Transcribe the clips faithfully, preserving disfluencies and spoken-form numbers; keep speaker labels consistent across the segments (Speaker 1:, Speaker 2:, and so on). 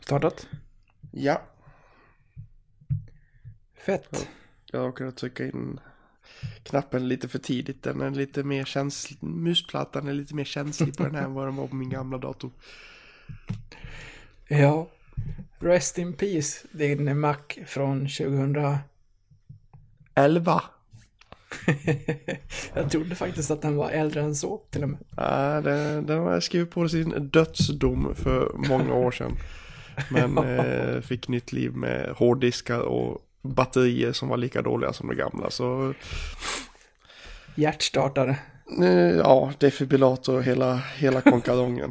Speaker 1: startat?
Speaker 2: Ja.
Speaker 1: Fett.
Speaker 2: Jag råkade trycka in knappen lite för tidigt. Den är lite mer känslig. Musplattan är lite mer känslig på den här än vad den var på min gamla dator.
Speaker 1: Ja. Rest in peace, din Mac från tjugohundraelva. Jag trodde faktiskt att den var äldre än så till och med.
Speaker 2: Ja, den, den har skrivit på sin dödsdom för många år sedan. Men eh, fick nytt liv med hårddiskar och batterier som var lika dåliga som de gamla. Så
Speaker 1: hjärtstartare.
Speaker 2: Eh, ja, defibrillator och hela, hela konkadongen.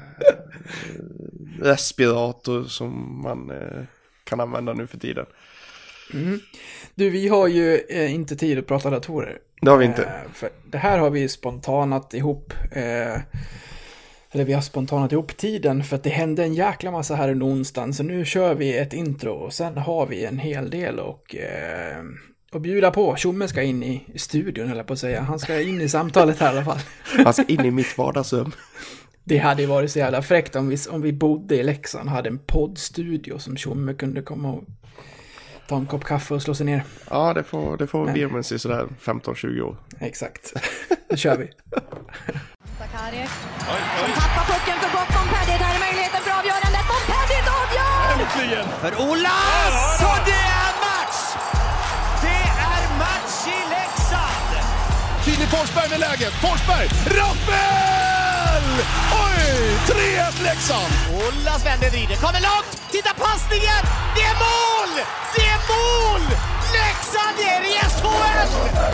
Speaker 2: Respirator som man eh, kan använda nu för tiden.
Speaker 1: Mm. Du, vi har ju eh, inte tid att prata datorer.
Speaker 2: Det har vi inte.
Speaker 1: Eh, för det här har vi spontanat ihop. Eh, eller vi har spontanat ihop tiden för att det hände en jäkla massa här under onsdagen. Så nu kör vi ett intro och sen har vi en hel del och, eh, och bjuda på. Tjomme ska in i studion, eller på att säga. Han ska in i samtalet här i alla fall.
Speaker 2: Han ska in i mitt vardagsrum.
Speaker 1: Det hade ju varit så jävla fräckt om vi, om vi bodde i Leksand och hade en poddstudio som Tjomme kunde komma och ta en kopp kaffe och slå sig ner.
Speaker 2: Ja, det får, det får bli om en sådär femton tjugo år.
Speaker 1: Exakt. Då kör vi.
Speaker 3: Sakari som tappar pucken för bakom Paddy. Där är möjligheten för avgörandet. Och Paddy avgör!
Speaker 4: Äntligen! För Ola! Så det är match! Det är match i Leksand! Filip Forsberg med läget. Forsberg! Rappel! Oj! tre ett Leksand! Ola vänder vrider. Kommer långt! Titta passningen! Det är mål! Det är mål! Leksand är i S H L!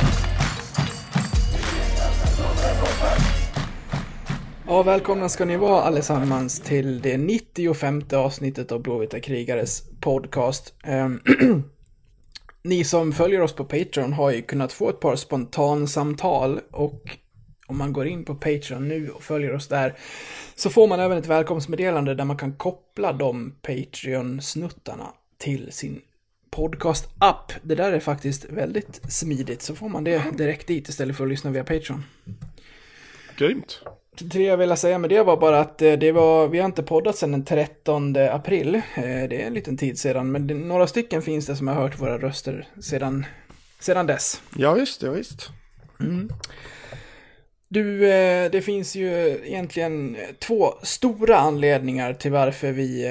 Speaker 1: Ja, välkomna ska ni vara allesammans till det nittiofemte avsnittet av Blåvita krigares podcast. Um, ni som följer oss på Patreon har ju kunnat få ett par spontansamtal, och om man går in på Patreon nu och följer oss där så får man även ett välkomstmeddelande där man kan koppla de Patreon-snuttarna till sin podcast-app. Det där är faktiskt väldigt smidigt, så får man det direkt dit istället för att lyssna via Patreon.
Speaker 2: Grymt.
Speaker 1: Det jag ville säga med det var bara att det var, vi har inte poddat sedan den trettonde april. Det är en liten tid sedan, men det, några stycken finns det som har hört våra röster sedan, sedan dess.
Speaker 2: Ja visst, ja visst.
Speaker 1: Mm. Du, det finns ju egentligen två stora anledningar till varför vi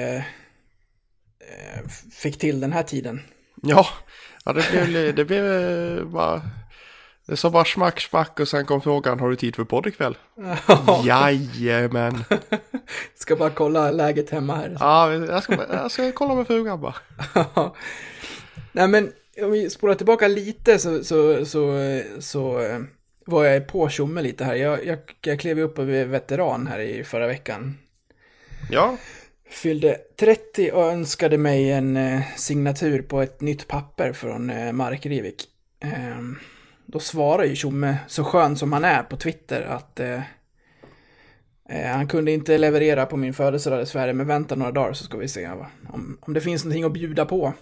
Speaker 1: fick till den här tiden.
Speaker 2: Ja, ja det blev, det blev bara... Det sa bara smack, smack och sen kom frågan, har du tid för podd ikväll? Jajamän.
Speaker 1: Ska bara kolla läget hemma här.
Speaker 2: Ja, jag ska, jag ska kolla med frugan bara.
Speaker 1: Nej, men om vi spolar tillbaka lite så, så, så, så var jag på Tjomme lite här. Jag, jag, jag klev upp över veteran här i förra veckan.
Speaker 2: Ja.
Speaker 1: Fyllde trettio och önskade mig en signatur på ett nytt papper från Mark Rivik. Ehm. Då svarar ju Tjomme, så skön som han är, på Twitter att eh, eh, han kunde inte leverera på min födelsedag i Sverige, men vänta några dagar så ska vi se va? Om, om det finns någonting att bjuda på.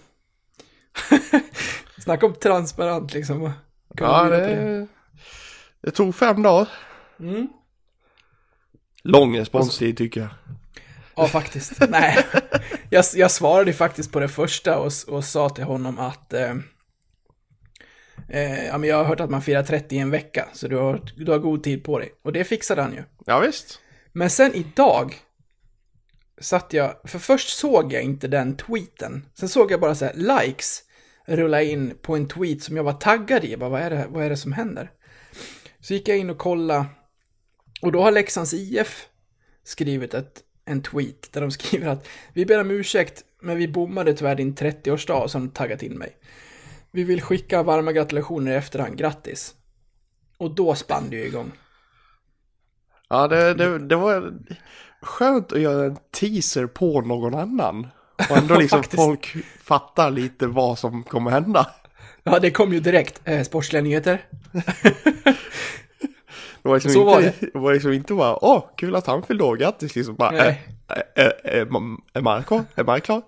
Speaker 1: Snacka om transparent liksom.
Speaker 2: Ja, det, det? det tog fem dagar.
Speaker 1: Mm.
Speaker 2: Lång responstid tycker jag.
Speaker 1: Ja, faktiskt. Nej, jag, jag svarade faktiskt på det första och, och sa till honom att... Eh, Eh, ja, men jag har hört att man firar trettio i en vecka, så du har, du har god tid på dig. Och det fixade han ju.
Speaker 2: Ja, visst.
Speaker 1: Men sen idag satt jag, för först såg jag inte den tweeten. Sen såg jag bara så här, likes rulla in på en tweet som jag var taggad i. Jag bara, vad är det, vad är det som händer? Så gick jag in och kollade. Och då har Leksands I F skrivit ett, en tweet där de skriver att vi ber om ursäkt, men vi bommade tyvärr din trettioårsdag, som taggat in mig. Vi vill skicka varma gratulationer i efterhand. Grattis. Och då spann det ju igång.
Speaker 2: Ja, det, det, det var skönt att göra en teaser på någon annan. Och ändå liksom folk fattar lite vad som kommer hända.
Speaker 1: Ja, det kom ju direkt. Eh, sportsliga nyheter.
Speaker 2: Det var liksom
Speaker 1: Så
Speaker 2: inte,
Speaker 1: var det.
Speaker 2: det var liksom inte bara, åh, kul att han fyllde år, grattis. Liksom bara, är, är, är, är Mark klar? Är Mark klar?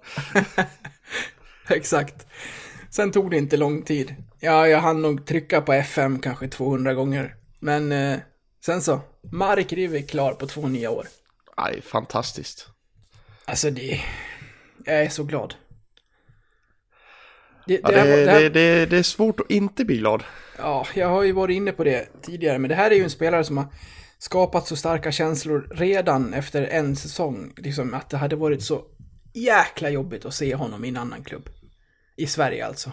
Speaker 1: Exakt. Sen tog det inte lång tid. Ja, jag hann nog trycka på F M kanske tvåhundra gånger. Men eh, sen så, Mark Rivik klar på två nya år.
Speaker 2: Aj, fantastiskt.
Speaker 1: Alltså det, Jag är så glad.
Speaker 2: Det, ja, det,
Speaker 1: det,
Speaker 2: det,
Speaker 1: det, här,
Speaker 2: det, det, det är svårt att inte bli glad.
Speaker 1: Ja, jag har ju varit inne på det tidigare. Men det här är ju en spelare som har skapat så starka känslor redan efter en säsong. Liksom att det hade varit så jäkla jobbigt att se honom i en annan klubb. I Sverige alltså.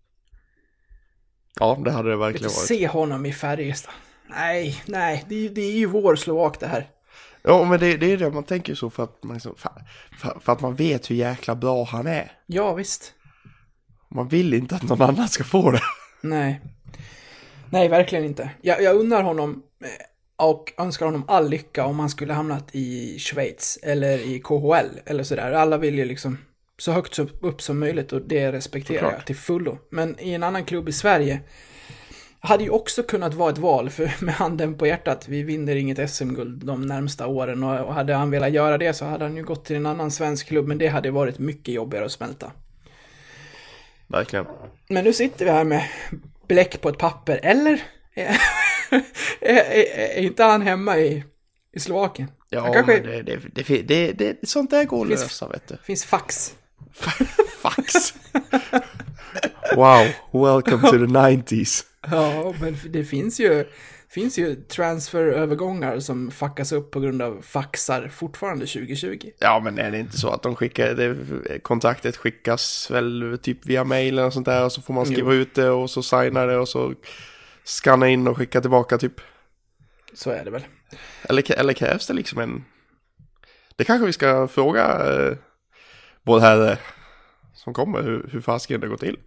Speaker 2: Ja, det hade det verkligen varit.
Speaker 1: Se honom i Färjestad. Nej, nej, det, det är ju vår Slovak det här.
Speaker 2: Ja, men det, det är det man tänker så för att man, liksom, för, för, för att man vet hur jäkla bra han är.
Speaker 1: Ja, visst.
Speaker 2: Man vill inte att någon annan ska få det.
Speaker 1: Nej. Nej, verkligen inte. Jag, jag undrar honom och önskar honom all lycka om han skulle hamnat i Schweiz eller i K H L eller sådär. Alla vill ju liksom så högt upp som möjligt och det respekterar
Speaker 2: Såklart.
Speaker 1: jag till fullo. Men i en annan klubb i Sverige hade ju också kunnat vara ett val för med handen på hjärtat. Vi vinner inget S M-guld de närmsta åren och hade han velat göra det så hade han ju gått till en annan svensk klubb, men det hade varit mycket jobbigare att smälta.
Speaker 2: Verkligen.
Speaker 1: Men nu sitter vi här med bläck på ett papper, eller? är, är, är inte han hemma i, i Slovakien?
Speaker 2: Ja,
Speaker 1: han kanske...
Speaker 2: det, det, det, det, det, sånt där går att
Speaker 1: finns,
Speaker 2: lösa, vet du.
Speaker 1: Finns fax.
Speaker 2: Fax. Wow, welcome to the nineties.
Speaker 1: Ja, men det finns ju, finns ju transferövergångar som fuckas upp på grund av faxar fortfarande tjugo tjugo.
Speaker 2: Ja, men är det inte så att de skickar, det, kontraktet skickas väl typ via mail och sånt där och så får man skriva jo. ut det och så signar det och så skanna in och skicka tillbaka typ.
Speaker 1: Så är det väl.
Speaker 2: Eller, eller krävs det liksom en... Det kanske vi ska fråga eh, vår herre som kommer hur, hur fasken det går till.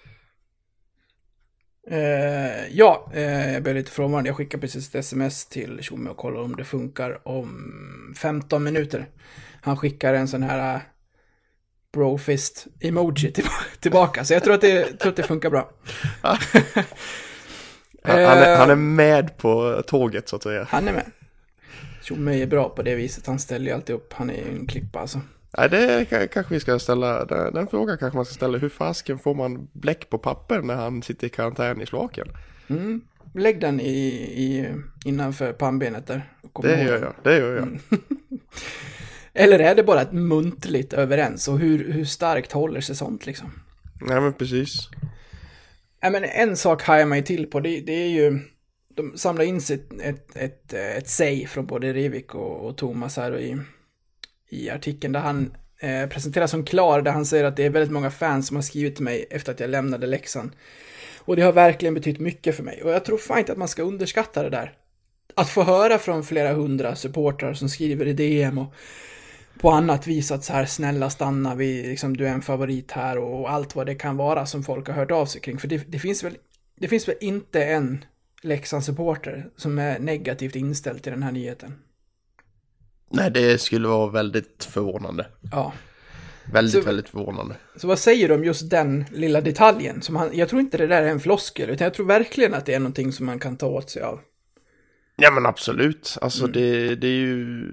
Speaker 1: Uh, ja, uh, jag blev lite frånvarande. Jag skickar precis ett sms till Tjomme och kollar om det funkar om femton minuter. Han skickar en sån här uh, brofist emoji till, tillbaka. Så jag tror att det, tror att det funkar bra.
Speaker 2: han, han, är, han är med på tåget så att säga.
Speaker 1: Han är med. Tjomme är bra på det viset. Han ställer ju alltid upp. Han är ju en klippa alltså.
Speaker 2: Nej, det kanske vi ska ställa, den, den frågan kanske man ska ställa. Hur fasken får man bläck på papper när han sitter i karantän i Slovakien?
Speaker 1: Mm. Lägg den i, i, innanför pannbenet där.
Speaker 2: Det gör jag, det gör jag. Mm.
Speaker 1: Eller är det bara ett muntligt överens? Och hur, hur starkt håller sig sånt liksom?
Speaker 2: Nej, men precis.
Speaker 1: Nej, men en sak har jag mig till på. Det, det är ju... De samlar in sitt, ett, ett, ett säg från både Rivik och, och Thomas här och i... i artikeln där han eh, presenterar som klar, där han säger att det är väldigt många fans som har skrivit till mig efter att jag lämnade Leksand. Och det har verkligen betytt mycket för mig. Och jag tror fan inte att man ska underskatta det där. Att få höra från flera hundra supportrar som skriver i D M och på annat vis att så här, snälla stanna, vi, liksom, du är en favorit här och, och allt vad det kan vara som folk har hört av sig kring. För det, det, finns, väl, det finns väl inte en Leksand-supporter som är negativt inställd till den här nyheten.
Speaker 2: Nej, det skulle vara väldigt förvånande.
Speaker 1: Ja.
Speaker 2: Väldigt,
Speaker 1: så,
Speaker 2: väldigt förvånande.
Speaker 1: Så vad säger du om just den lilla detaljen? Som han, jag tror inte det där är en floskel, utan jag tror verkligen att det är någonting som man kan ta åt sig av.
Speaker 2: Ja, men absolut. Alltså mm. det, det är ju...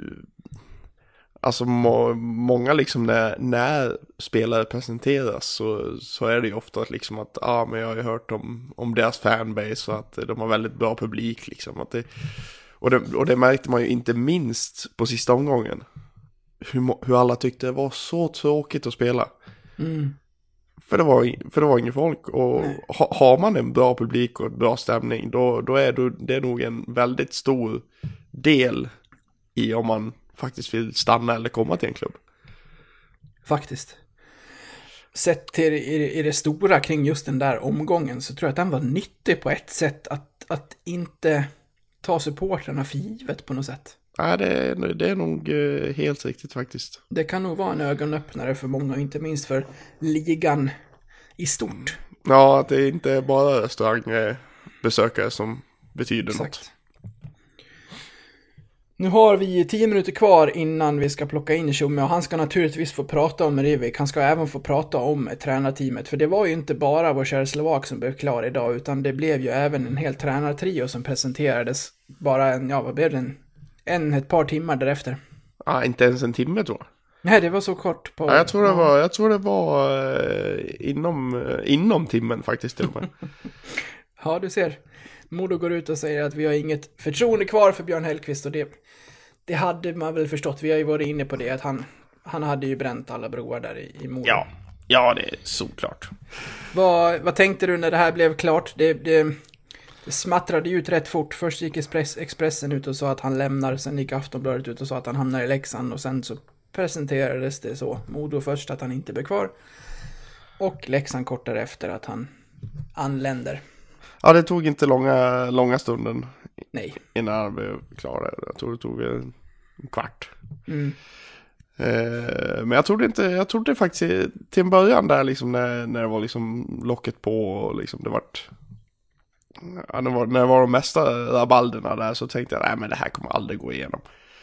Speaker 2: Alltså må, många liksom när, när spelare presenteras så, så är det ju ofta liksom att ah, men jag har ju hört om, om deras fanbase och att de har väldigt bra publik liksom. Att det, och, det, och det märkte man ju inte minst på sista omgången. Hur, hur alla tyckte det var så tråkigt att spela.
Speaker 1: Mm.
Speaker 2: För, det var, för det var ingen folk. Och ha, har man en bra publik och en bra stämning då, då är det, det är nog en väldigt stor del i om man faktiskt vill stanna eller komma till en klubb.
Speaker 1: Faktiskt. Sett till i, i det stora kring just den där omgången så tror jag att den var nyttig på ett sätt att, att inte ta supporterna för givet på något sätt.
Speaker 2: Ja, det är, det är nog helt riktigt faktiskt.
Speaker 1: Det kan nog vara en ögonöppnare för många, inte minst för ligan i stort.
Speaker 2: Ja, att det inte är bara restaurangbesökare som betyder Exakt. något.
Speaker 1: Nu har vi tio minuter kvar innan vi ska plocka in Tjomme och han ska naturligtvis få prata om Rivik. Han ska även få prata om tränarteamet. För det var ju inte bara vår kära Slovak som blev klar idag utan det blev ju även en hel tränartrio som presenterades bara en, ja vad blev det, en, en ett par timmar därefter.
Speaker 2: Ja, inte ens en timme tror jag.
Speaker 1: Nej, det var så kort på...
Speaker 2: Ja, jag tror det var, jag tror det var eh, inom, eh, inom timmen faktiskt till och med.
Speaker 1: Ja, du ser. Modo går ut och säger att vi har inget förtroende kvar för Björn Hellkvist och det, det hade man väl förstått. Vi har ju varit inne på det att han, han hade ju bränt alla broar där i, i Modo.
Speaker 2: Ja, ja, det är såklart.
Speaker 1: Vad, vad tänkte du när det här blev klart? Det, det, det smattrade ut rätt fort. Först gick Express, Expressen ut och sa att han lämnar. Sen gick Aftonbladet ut och sa att han hamnar i Leksand. Och sen så presenterades det så. Modo först att han inte blir kvar. Och Leksand kort därefter att han anländer.
Speaker 2: Ja, det tog inte långa, långa stunden.
Speaker 1: Nej.
Speaker 2: Innan han blev klar. Jag tror det tog en kvart.
Speaker 1: Mm.
Speaker 2: Eh, men jag trodde inte, jag trodde faktiskt till en början där liksom när, när det var liksom locket på och liksom det vart, ja, det var, när det var de mesta rabalderna där så tänkte jag, nej men det här kommer aldrig gå igenom.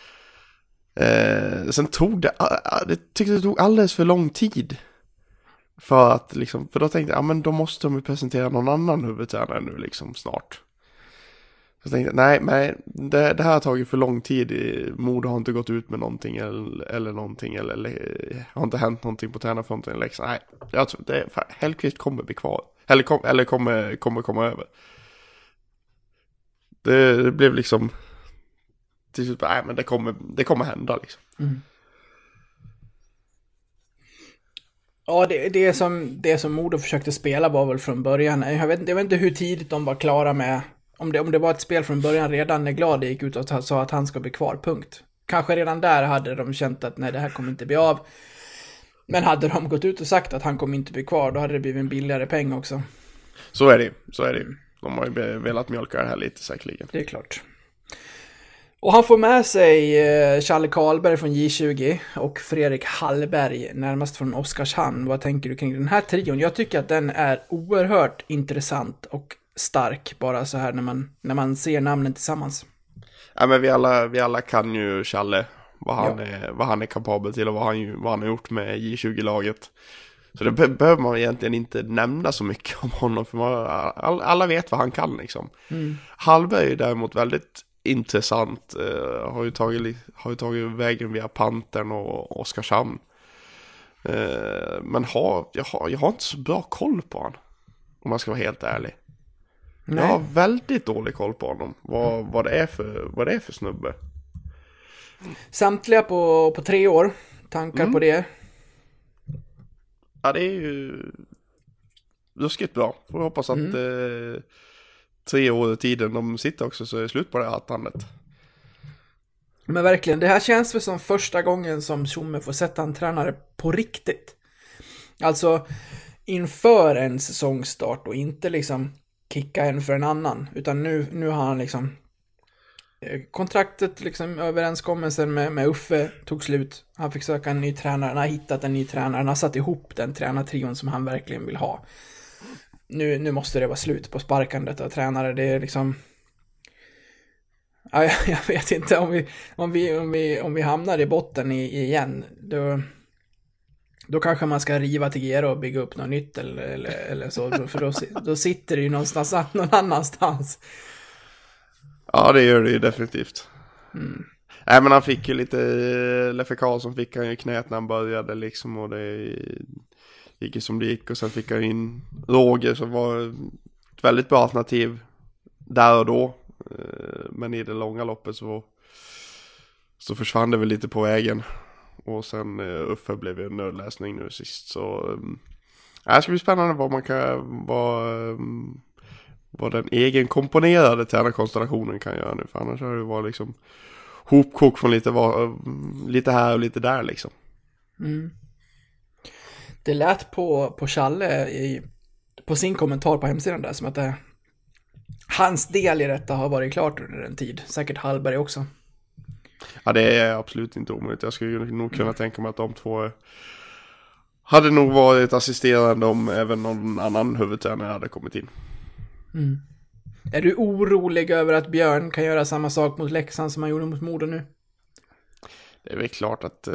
Speaker 2: Eh, sen tog det, det tyckte det tog alldeles för lång tid. För att liksom, för då tänkte jag, ja men då måste de ju presentera någon annan huvudtränare nu liksom snart. Så tänkte jag, nej, nej det, det här har tagit för lång tid. Modo har inte gått ut med någonting eller, eller någonting. Eller, eller har inte hänt någonting på tränarfronten i Leksand. Nej, jag tror det, Hellkvist kommer bli kvar. Eller, kom, eller kommer, kommer komma över. Det, det blev liksom till slut, nej men det kommer, det kommer hända liksom.
Speaker 1: Mm. Ja, det, det, som, det som Modo försökte spela var väl från början. Jag vet, jag vet inte hur tidigt de var klara med. Om det, om det var ett spel från början redan när Glad gick ut och sa att han ska bli kvar, punkt. Kanske redan där hade de känt att nej, det här kommer inte bli av. Men hade de gått ut och sagt att han kommer inte bli kvar, då hade det blivit en billigare peng också.
Speaker 2: Så är det, så är det. De har ju velat mjölka det här lite säkerligen.
Speaker 1: Det är klart. Och han får med sig eh, Challe Karlberg från J tjugo och Fredrik Hallberg närmast från Oskarshamn. Vad tänker du kring den här trion? Jag tycker att den är oerhört intressant och stark bara så här när man, när man ser namnen tillsammans.
Speaker 2: Ja, men vi alla, vi alla kan ju Challe, vad han,
Speaker 1: Ja.
Speaker 2: är, vad han är kapabel till och vad han, vad han har gjort med J tjugo-laget. Så det be- behöver man egentligen inte nämna så mycket om honom, för man, all, alla vet vad han kan liksom.
Speaker 1: Mm.
Speaker 2: Hallberg är däremot väldigt intressant, uh, har, ju tagit, har ju tagit vägen via Pantern och Oskarshamn. Uh, men har, jag, har, jag har inte så bra koll på honom, om man ska vara helt ärlig.
Speaker 1: Nej.
Speaker 2: Jag har väldigt dålig koll på honom. Vad, vad, det, är för, vad det är för snubbe.
Speaker 1: Samtliga på, på tre år. Tankar
Speaker 2: Mm.
Speaker 1: på det?
Speaker 2: Ja, det är ju ruskigt bra. Får hoppas att
Speaker 1: Mm.
Speaker 2: eh, tre år i tiden de sitter också så är det slut på det här hattandet.
Speaker 1: Men verkligen, det här känns väl som första gången som Tjomme får sätta en tränare på riktigt. Alltså inför en säsongstart och inte liksom kicka en för en annan. Utan nu, nu har han liksom eh, kontraktet, liksom överenskommelsen med, med Uffe tog slut. Han fick söka en ny tränare, han har hittat en ny tränare, han har satt ihop den tränartrion som han verkligen vill ha. Nu, nu måste det vara slut på sparkandet av tränare. Det är liksom... Ja, jag, jag vet inte om vi, om vi, om vi, om vi hamnar i botten i, igen. Då, då kanske man ska riva till Gera och bygga upp något nytt eller, eller, eller så. För då, då sitter det ju någonstans någon annanstans.
Speaker 2: Ja, det gör det ju definitivt.
Speaker 1: Mm.
Speaker 2: Nej, men han fick ju lite... Leffe Karlsson fick han ju knät när han började liksom. Och det gick ju som det gick. Och sen fick han in Roger som var ett väldigt bra alternativ där och då. Men i det långa loppet så, så försvann det väl lite på vägen. Och sen uh, Uffe blev ju en nödläsning nu sist. Så um, det ska bli spännande vad man kan... Vad, um, vad den egenkomponerade tränarkonstellationen kan göra nu. För annars har det varit liksom hopkok från lite, var, lite här och lite där liksom.
Speaker 1: Mm. Det lät på, på Challe i, på sin kommentar på hemsidan där som att det, hans del i detta har varit klart under en tid. Säkert Hallberg också.
Speaker 2: Ja, det är absolut inte omöjligt. Jag skulle nog kunna tänka mig att de två hade nog varit assisterande om även någon annan huvudtränare hade kommit in.
Speaker 1: Mm. Är du orolig över att Björn kan göra samma sak mot Leksand som han gjorde mot Modo nu?
Speaker 2: Det är väl klart att eh,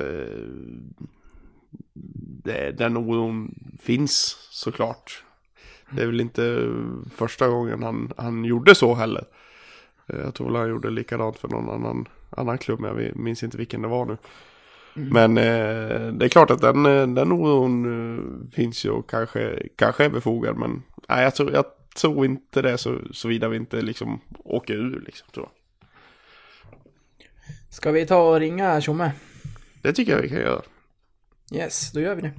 Speaker 2: det, den oron finns såklart. Det är väl inte första gången han, han gjorde så heller. Jag tror han gjorde likadant för någon annan, annan klubb, men jag minns inte vilken det var nu. Mm. Men eh, det är klart att den, den oron eh, finns ju och kanske, kanske är befogad. Men nej, jag, tror, jag tror inte det så, såvida vi inte liksom åker ur. Liksom, tror jag.
Speaker 1: Ska vi ta och ringa Tjomme?
Speaker 2: Det tycker jag vi kan göra.
Speaker 1: Yes, då gör vi det.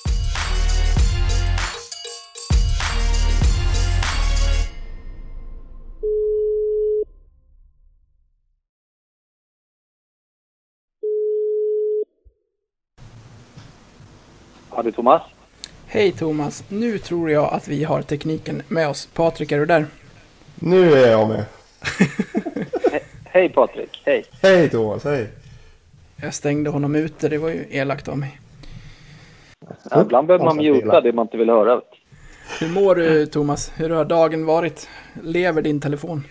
Speaker 5: Ja, det är Thomas.
Speaker 1: Hej Thomas, nu tror jag att vi har tekniken med oss. Patrik, är du där?
Speaker 6: Nu är jag med.
Speaker 5: He- hej Patrik, hej.
Speaker 6: Hej Thomas, hej.
Speaker 1: Jag stängde honom ute, det var ju elakt av mig.
Speaker 5: Ja, ibland behöver man muta det man inte vill höra.
Speaker 1: Hur mår du Thomas? Hur har dagen varit? Lever din telefon?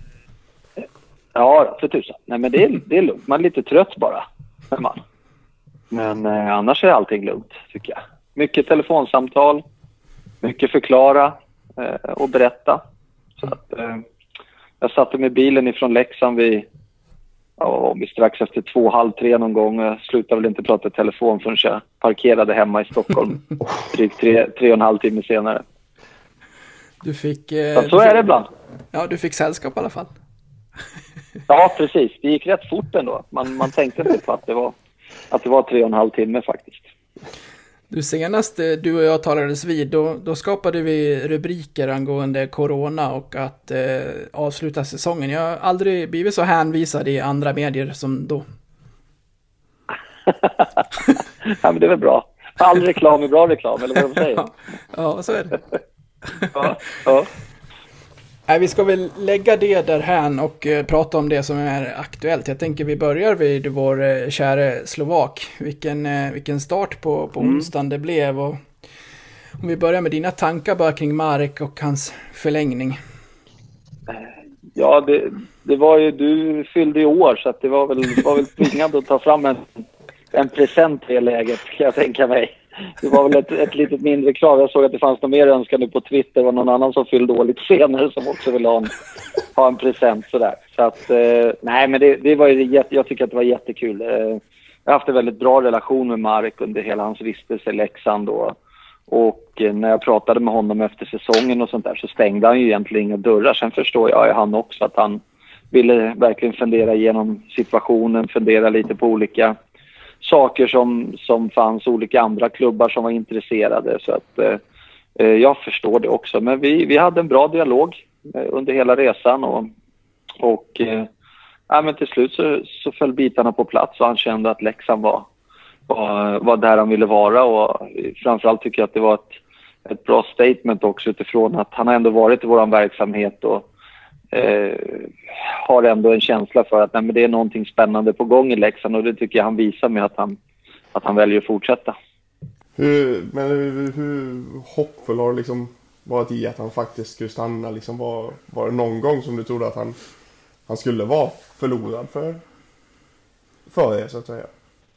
Speaker 5: Ja, för tusan. Nej, men det är, det är lugnt. Man är lite trött bara. Man. Men eh, annars är allting lugnt, tycker jag. Mycket telefonsamtal, mycket förklara eh, och berätta. Så att, eh, jag satte med bilen ifrån Leksand vid, ja, vid strax efter två, halv tre någon gång. Jag slutade väl inte prata i telefon förrän jag parkerade hemma i Stockholm drygt tre, tre och en halv timme senare.
Speaker 1: Du fick... Eh,
Speaker 5: ja, så är det ibland.
Speaker 1: Ja, du fick sällskap i alla fall.
Speaker 5: Ja, precis. Det gick rätt fort ändå. Man, man tänkte inte på att det var, att det var tre och en halv timme faktiskt.
Speaker 1: Du, senast du och jag talades vid, då, då skapade vi rubriker angående corona och att eh, avsluta säsongen. Jag har aldrig blivit så hänvisad i andra medier som då.
Speaker 5: Ja, men det är väl bra. All reklam är bra reklam, eller vad de säger.
Speaker 1: Ja, ja, så är det.
Speaker 5: Ja, ja.
Speaker 1: Nej, vi ska väl lägga det där här och eh, prata om det som är aktuellt. Jag tänker vi börjar vid vår eh, kära Slovak. Vilken, eh, vilken start på, på mm. onsdagen det blev. Och om vi börjar med dina tankar bara kring Marek och hans förlängning.
Speaker 5: Ja, det, det var ju, du fyllde i år så att det var väl, det var väl tvingande att ta fram en, en present i läget, kan jag tänka mig. Det var väl ett, ett litet mindre krav. Jag såg att det fanns något mer önskande på Twitter. Det var någon annan som fyllde år lite senare som också ville ha en, ha en present sådär. Så att, eh, nej men det, det var ju jätte, jag tycker att det var jättekul. Eh, jag har haft en väldigt bra relation med Marek under hela hans vistelse i Leksand då. Och eh, när jag pratade med honom efter säsongen och sånt där så stängde han ju egentligen inga dörrar. Sen förstår jag ju han också att han ville verkligen fundera igenom situationen, fundera lite på olika saker som, som fanns, olika andra klubbar som var intresserade. Så att eh, jag förstår det också. Men vi, vi hade en bra dialog eh, under hela resan och, och eh, ja, men till slut så, så föll bitarna på plats och han kände att Leksand var, var, var där han ville vara. Och framförallt tycker jag att det var ett, ett bra statement också utifrån att han har ändå varit i vår verksamhet och Eh, har ändå en känsla för att nej, men det är någonting spännande på gång i Leksand och det tycker jag han visar med att han, att han väljer att fortsätta.
Speaker 6: Hur, men hur, hur hoppfull har du liksom varit i att han faktiskt skulle stanna? Liksom var, var det någon gång som du trodde att han, han skulle vara förlorad för, för det så att säga?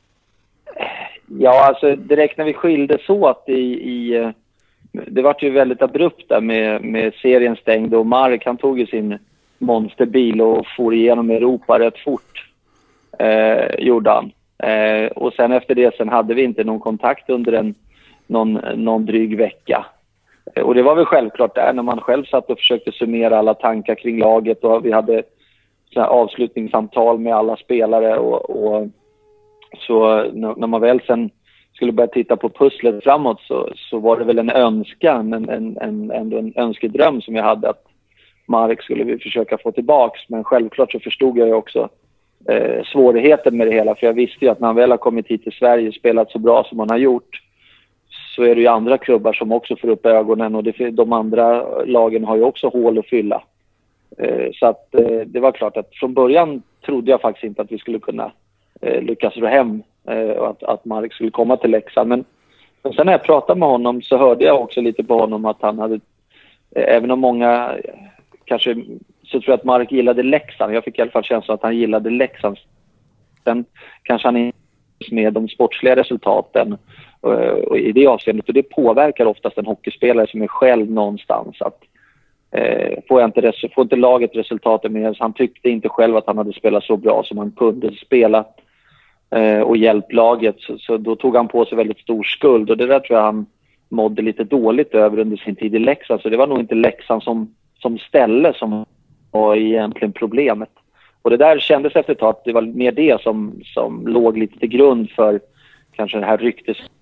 Speaker 5: Ja, alltså direkt när vi skildes åt i, i det var ju väldigt abrupt där med, med serien stängd och Marek han tog ju sin monsterbil och for igenom Europa rätt fort, eh, gjorde han. Eh, och sen efter det sen hade vi inte någon kontakt under en, någon, någon dryg vecka. Eh, och det var väl självklart där när man själv satt och försökte summera alla tankar kring laget och vi hade så här avslutningssamtal med alla spelare och, och så när man väl sen skulle börja titta på pusslet framåt så, så var det väl en önskan, en, en, en, ändå en önskedröm som jag hade att Marek skulle vi försöka få tillbaks. Men självklart så förstod jag ju också eh, svårigheten med det hela. För jag visste ju att när han väl har kommit hit till Sverige och spelat så bra som han har gjort så är det ju andra klubbar som också får upp ögonen och det, de andra lagen har ju också hål att fylla. Eh, så att eh, det var klart att från början trodde jag faktiskt inte att vi skulle kunna eh, lyckas ro hem och att, att Marek skulle komma till Leksand. Men, men sen när jag pratade med honom så hörde jag också lite på honom att han hade, även om många kanske så tror jag att Marek gillade Leksand. Jag fick i alla fall känslan att han gillade Leksand. Sen kanske han inte med de sportsliga resultaten och i det avseendet. Och det påverkar oftast en hockeyspelare som är själv någonstans. Att, eh, får, jag inte, får inte laget resultaten med. Han tyckte inte själv att han hade spelat så bra som han kunde spela. Och hjälpt laget så, så då tog han på sig väldigt stor skuld och det där tror jag han mådde lite dåligt över under sin tid i Leksand så det var nog inte Leksand som, som ställe som var egentligen problemet och det där kändes efter ett tag att det var mer det som, som låg lite till grund för kanske det här ryktes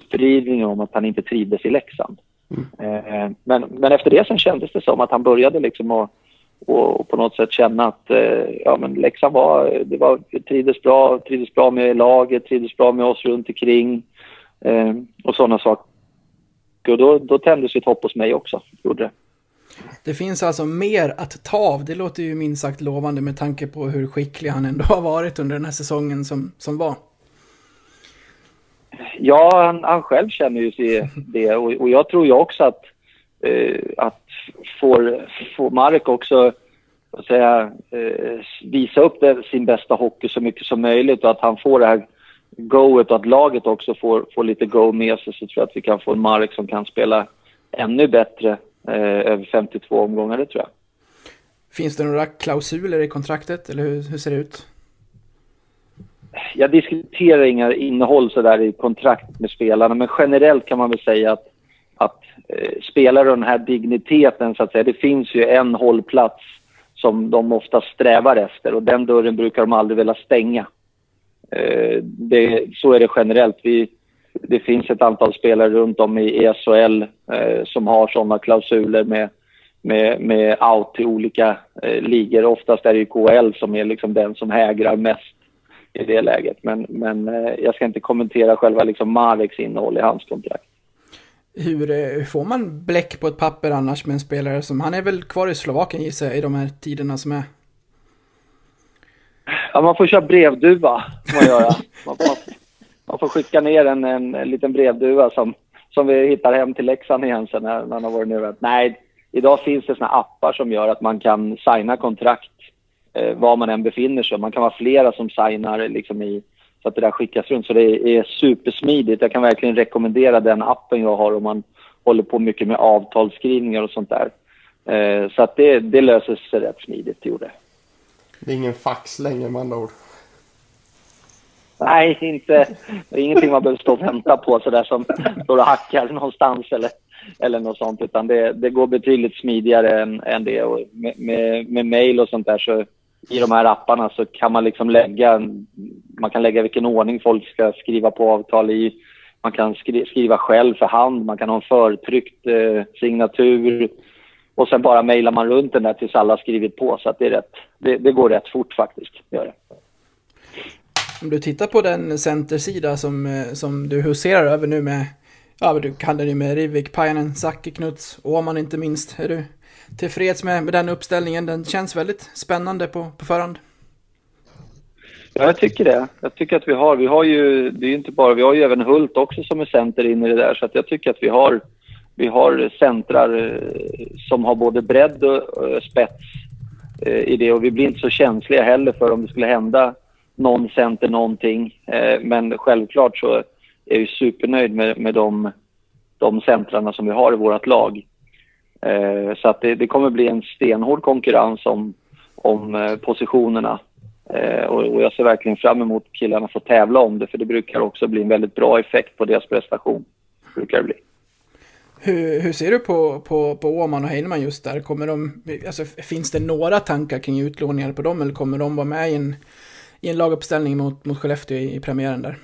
Speaker 5: mytspridning om att han inte trivdes i Leksand. Mm. Men, men efter det sen kändes det som att han började liksom att och på något sätt känna att ja, men Leksand var, det var, trivdes bra, trivdes bra med laget, trivdes bra med oss runt omkring eh, och sådana saker. Och då, då tändes ett hopp hos mig också, gjorde det.
Speaker 1: Det finns alltså mer att ta av. Det låter ju minst sagt lovande med tanke på hur skicklig han ändå har varit under den här säsongen som, som var.
Speaker 5: Ja, han, han själv känner ju sig det och, och jag tror ju också att eh, att får, får Marek också att säga, eh, visa upp det, sin bästa hockey så mycket som möjligt och att han får det här goet och att laget också får, får lite go med sig, så tror jag att vi kan få en Marek som kan spela ännu bättre eh, över femtiotvå omgångar, det tror jag.
Speaker 1: Finns det några klausuler i kontraktet eller hur, hur ser det ut?
Speaker 5: Jag diskuterar inga innehåll så där i kontrakt med spelarna, men generellt kan man väl säga att, att eh, spelare och den här digniteten så att säga, det finns ju en hållplats som de ofta strävar efter och den dörren brukar de aldrig vilja stänga. Eh, det, så är det generellt. Vi, det finns ett antal spelare runt om i E S H L eh, som har sådana klausuler med, med, med out till olika eh, ligor. Oftast är det ju K H L som är liksom den som hägrar mest i det läget. Men, men eh, jag ska inte kommentera själva liksom Mareks innehåll i hans kontrakt.
Speaker 1: Hur, hur får man bläck på ett papper annars med en spelare som, han är väl kvar i Slovakien gissar jag, i de här tiderna som är?
Speaker 5: Ja, man får köra brevduva, får man göra. Man får, man får skicka ner en, en, en liten brevduva som, som vi hittar hem till Leksand igen sen när, när han har varit nu. Nej, idag finns det såna appar som gör att man kan signa kontrakt eh, var man än befinner sig. Man kan vara flera som signar liksom i, så att det där skickas runt. Så det är supersmidigt. Jag kan verkligen rekommendera den appen jag har om man håller på mycket med avtalsskrivningar och sånt där. Eh, så att det, det löser sig rätt smidigt, gjorde det.
Speaker 6: Det är ingen fax längre med andra ord.
Speaker 5: Nej, inte. Det är ingenting man behöver stå och vänta på så där som står och hackar någonstans eller, eller något sånt. Utan det, det går betydligt smidigare än, än det. Och med, med, med mail och sånt där så i de här apparna så kan man liksom lägga, man kan lägga vilken ordning folk ska skriva på avtal i. Man kan skri, skriva själv för hand, man kan ha en förtryckt eh, signatur. Och sen bara mejlar man runt den där tills alla har skrivit på. Så att det, är rätt, det, det går rätt fort faktiskt. Gör det.
Speaker 1: Om du tittar på den centersida som, som du huserar över nu med, ja du kallar det med Rivik, Pajanen, Zacke, Knuts, Åman inte minst. Är du tillfreds med, med den uppställningen? Den känns väldigt spännande på, på förhand.
Speaker 5: Ja, jag tycker det. Jag tycker att vi har, vi har ju, det är ju inte bara, vi har ju även Hult också som är center in i det där. Så att jag tycker att vi har Vi har centrar som har både bredd och spets i det. Och vi blir inte så känsliga heller för om det skulle hända någon center någonting. Men självklart så är vi supernöjd med, med de, de centrarna som vi har i vårt lag. Så att det, det kommer bli en stenhård konkurrens om, om positionerna. Och jag ser verkligen fram emot killarna får tävla om det. För det brukar också bli en väldigt bra effekt på deras prestation. Brukar det bli.
Speaker 1: Hur, hur ser du på, på, på Åman och Heinemann just där? Kommer de, alltså, finns det några tankar kring utlåningar på dem eller kommer de vara med i en, i en laguppställning mot, mot Skellefteå i, i premiären där?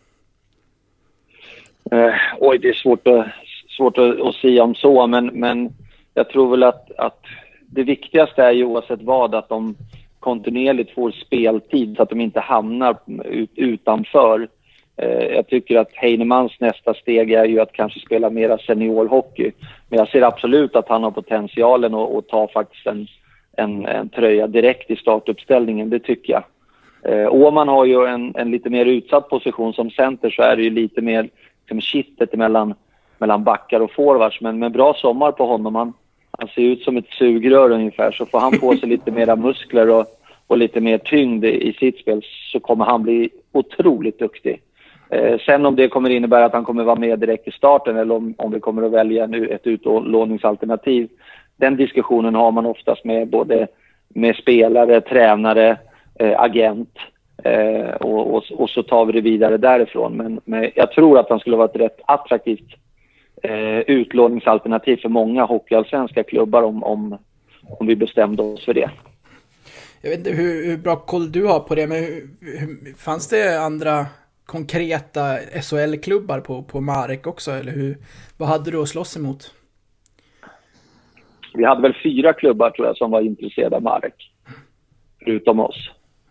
Speaker 5: Eh, oj, det är svårt att, svårt att, att säga om så, men, men jag tror väl att, att det viktigaste är ju oavsett vad att de kontinuerligt får speltid så att de inte hamnar ut, utanför. Jag tycker att Heinemanns nästa steg är ju att kanske spela mera seniorhockey. Men jag ser absolut att han har potentialen att, att ta faktiskt en, en, en tröja direkt i startuppställningen, det tycker jag. Eh, Åman har ju en, en lite mer utsatt position som center, så är det ju lite mer liksom kittet mellan, mellan backar och forwards. Men med bra sommar på honom, han, han ser ut som ett sugrör ungefär, så får han på sig lite mera muskler och, och lite mer tyngd i, i sitt spel så kommer han bli otroligt duktig. Eh, sen om det kommer innebära att han kommer vara med direkt i starten eller om, om vi kommer att välja nu ett utlåningsalternativ, den diskussionen har man oftast med både med spelare, tränare, eh, agent eh, och, och, och så tar vi det vidare därifrån. Men, men jag tror att han skulle vara ett rätt attraktivt eh, utlåningsalternativ för många hockeyallsvenska klubbar om, om, om vi bestämde oss för det.
Speaker 1: Jag vet inte hur, hur bra koll du har på det, men hur, hur, fanns det andra konkreta S H L-klubbar på, på Marek också, eller hur? Vad hade du att slåss emot?
Speaker 5: Vi hade väl fyra klubbar tror jag som var intresserade av Marek. Förutom oss.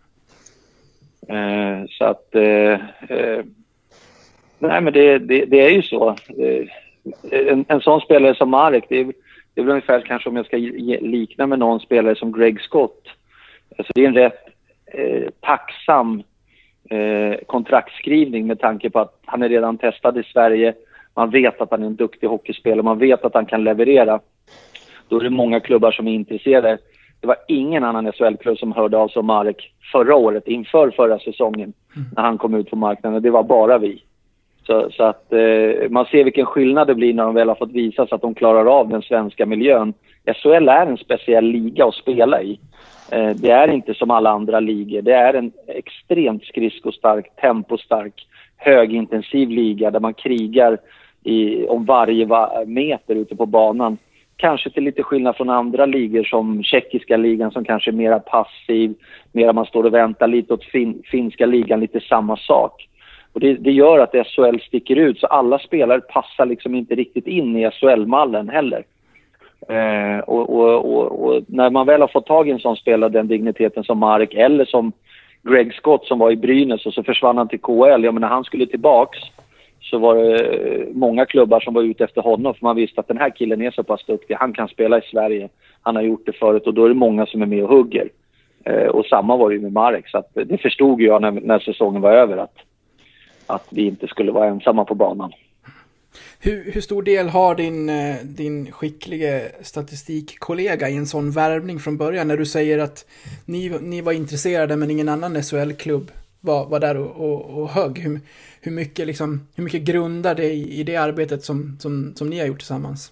Speaker 5: Eh, så att... Eh, eh, nej men det, det, det är ju så. Eh, en, en sån spelare som Marek, det är, det är väl ungefär kanske om jag ska likna med någon spelare som Greg Scott. Alltså det är en rätt eh, tacksam eh, kontraktskrivning med tanke på att han är redan testad i Sverige. Man vet att han är en duktig hockeyspelare. Man vet att han kan leverera. Då är det många klubbar som är intresserade. Det var ingen annan S H L-klubb som hörde av sig om Marek förra året, inför förra säsongen, mm. när han kom ut på marknaden. Det var bara vi. Så, så att eh, man ser vilken skillnad det blir när de väl har fått visa så att de klarar av den svenska miljön. S H L är en speciell liga att spela i. Eh, det är inte som alla andra ligor. Det är en extremt skridskostark, tempostark, högintensiv liga där man krigar i, om varje va- meter ute på banan. Kanske till lite skillnad från andra ligor som tjeckiska ligan som kanske är mera passiv, mera man står och väntar lite åt fin- finska ligan, lite samma sak. Och det, det gör att S H L sticker ut, så alla spelare passar liksom inte riktigt in i S H L-mallen heller. Eh, och, och, och, och när man väl har fått tag i en sån spelare, den digniteten som Marek eller som Greg Scott som var i Brynäs och så försvann han till K L. Ja, men när han skulle tillbaks så var det många klubbar som var ute efter honom, för man visste att den här killen är så pass duktig. Han kan spela i Sverige, han har gjort det förut, och då är det många som är med och hugger. Eh, och samma var det ju med Marek, så att det förstod jag när, när säsongen var över att, att vi inte skulle vara ensamma på banan.
Speaker 1: Hur, hur stor del har din, din skickliga statistikkollega i en sån värvning från början, när du säger att ni, ni var intresserade men ingen annan S H L-klubb var, var där och, och, och högg? Hur, hur, mycket liksom, hur mycket grundar det i, i det arbetet som, som, som ni har gjort tillsammans?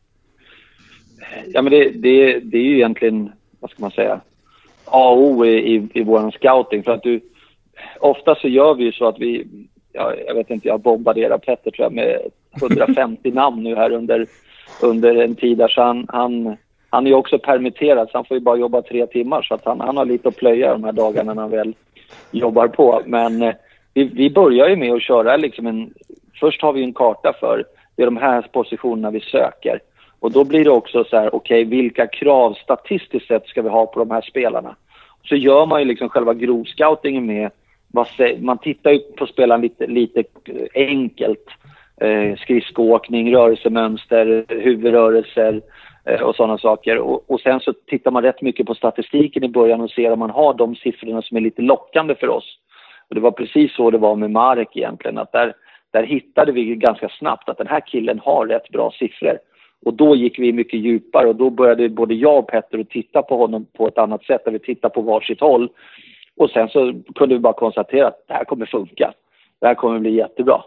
Speaker 5: Ja, men det, det, det är ju egentligen, vad ska man säga, A och O i, i, i vår scouting. För att du, ofta så gör vi ju så att vi, ja, jag vet inte, jag bombarderar Petter tror jag med hundrafemtio namn nu här under, under en tid där, så han, han, han är ju också permitterad, så han får ju bara jobba tre timmar, så att han, han har lite att plöja de här dagarna när han väl jobbar på. Men eh, vi, vi börjar ju med att köra liksom en, först har vi en karta för det är de här positionerna vi söker, och då blir det också så här, okej, okay, vilka krav statistiskt sett ska vi ha på de här spelarna? Så gör man ju liksom själva grovscoutingen med, man tittar ju på spelaren lite, lite enkelt, eh, skridskoåkning, rörelsemönster, huvudrörelser eh, och sådana saker, och, och sen så tittar man rätt mycket på statistiken i början och ser om man har de siffrorna som är lite lockande för oss. Och det var precis så det var med Marek egentligen, att där, där hittade vi ganska snabbt att den här killen har rätt bra siffror. Och då gick vi mycket djupare, och då började både jag och Petter att titta på honom på ett annat sätt, där vi tittar på varsitt håll. Och sen så kunde vi bara konstatera att det här kommer funka. Det här kommer bli jättebra.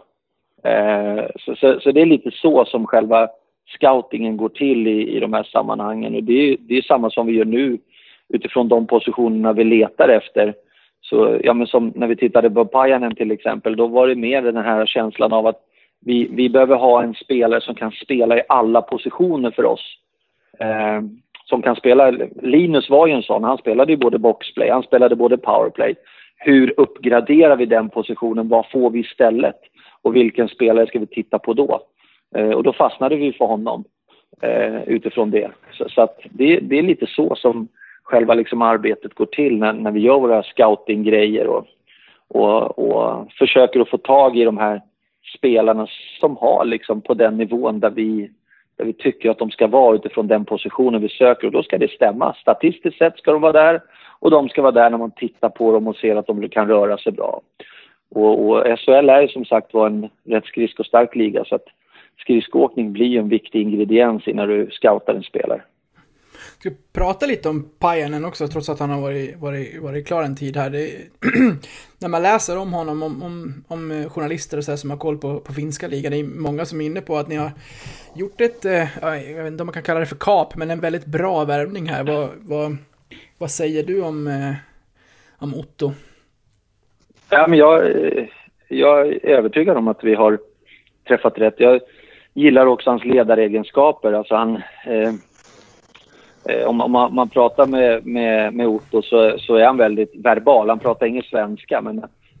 Speaker 5: Eh, så, så, så det är lite så som själva scoutingen går till i, i de här sammanhangen. Och det är, det är samma som vi gör nu utifrån de positionerna vi letar efter. Så ja, men som när vi tittade på Pajanen till exempel, då var det mer den här känslan av att vi, vi behöver ha en spelare som kan spela i alla positioner för oss. Eh, som kan spela, Linus var ju en sån, han spelade ju både boxplay, han spelade både powerplay. Hur uppgraderar vi den positionen, vad får vi istället? Och vilken spelare ska vi titta på då? Eh, och då fastnade vi för honom eh, utifrån det. Så, så att det, det är lite så som själva liksom arbetet går till när, när vi gör våra scouting-grejer och, och, och försöker att få tag i de här spelarna som har liksom på den nivån där vi, där vi tycker att de ska vara utifrån den positionen vi söker, och då ska det stämma. Statistiskt sett ska de vara där, och de ska vara där när man tittar på dem och ser att de kan röra sig bra. Och, och S H L är ju som sagt var en rätt skridskostark liga, så att skridskoåkning blir en viktig ingrediens när du scoutar en spelare.
Speaker 1: Ska vi prata lite om Pajanen också, trots att han har varit, varit, varit klar en tid här. Det, när man läser om honom, om, om, om journalister och så här som har koll på, på finska ligan, det är många som är inne på att ni har gjort ett, jag vet inte om man kan kalla det för kap, men en väldigt bra värvning här. Vad, vad, vad säger du om, om Otto?
Speaker 5: Ja, men jag, jag är övertygad om att vi har träffat rätt. Jag gillar också hans ledaregenskaper. Alltså han... Eh, Om, om man, man pratar med, med, med Otto så, så är han väldigt verbal. Han pratar ingen svenska, men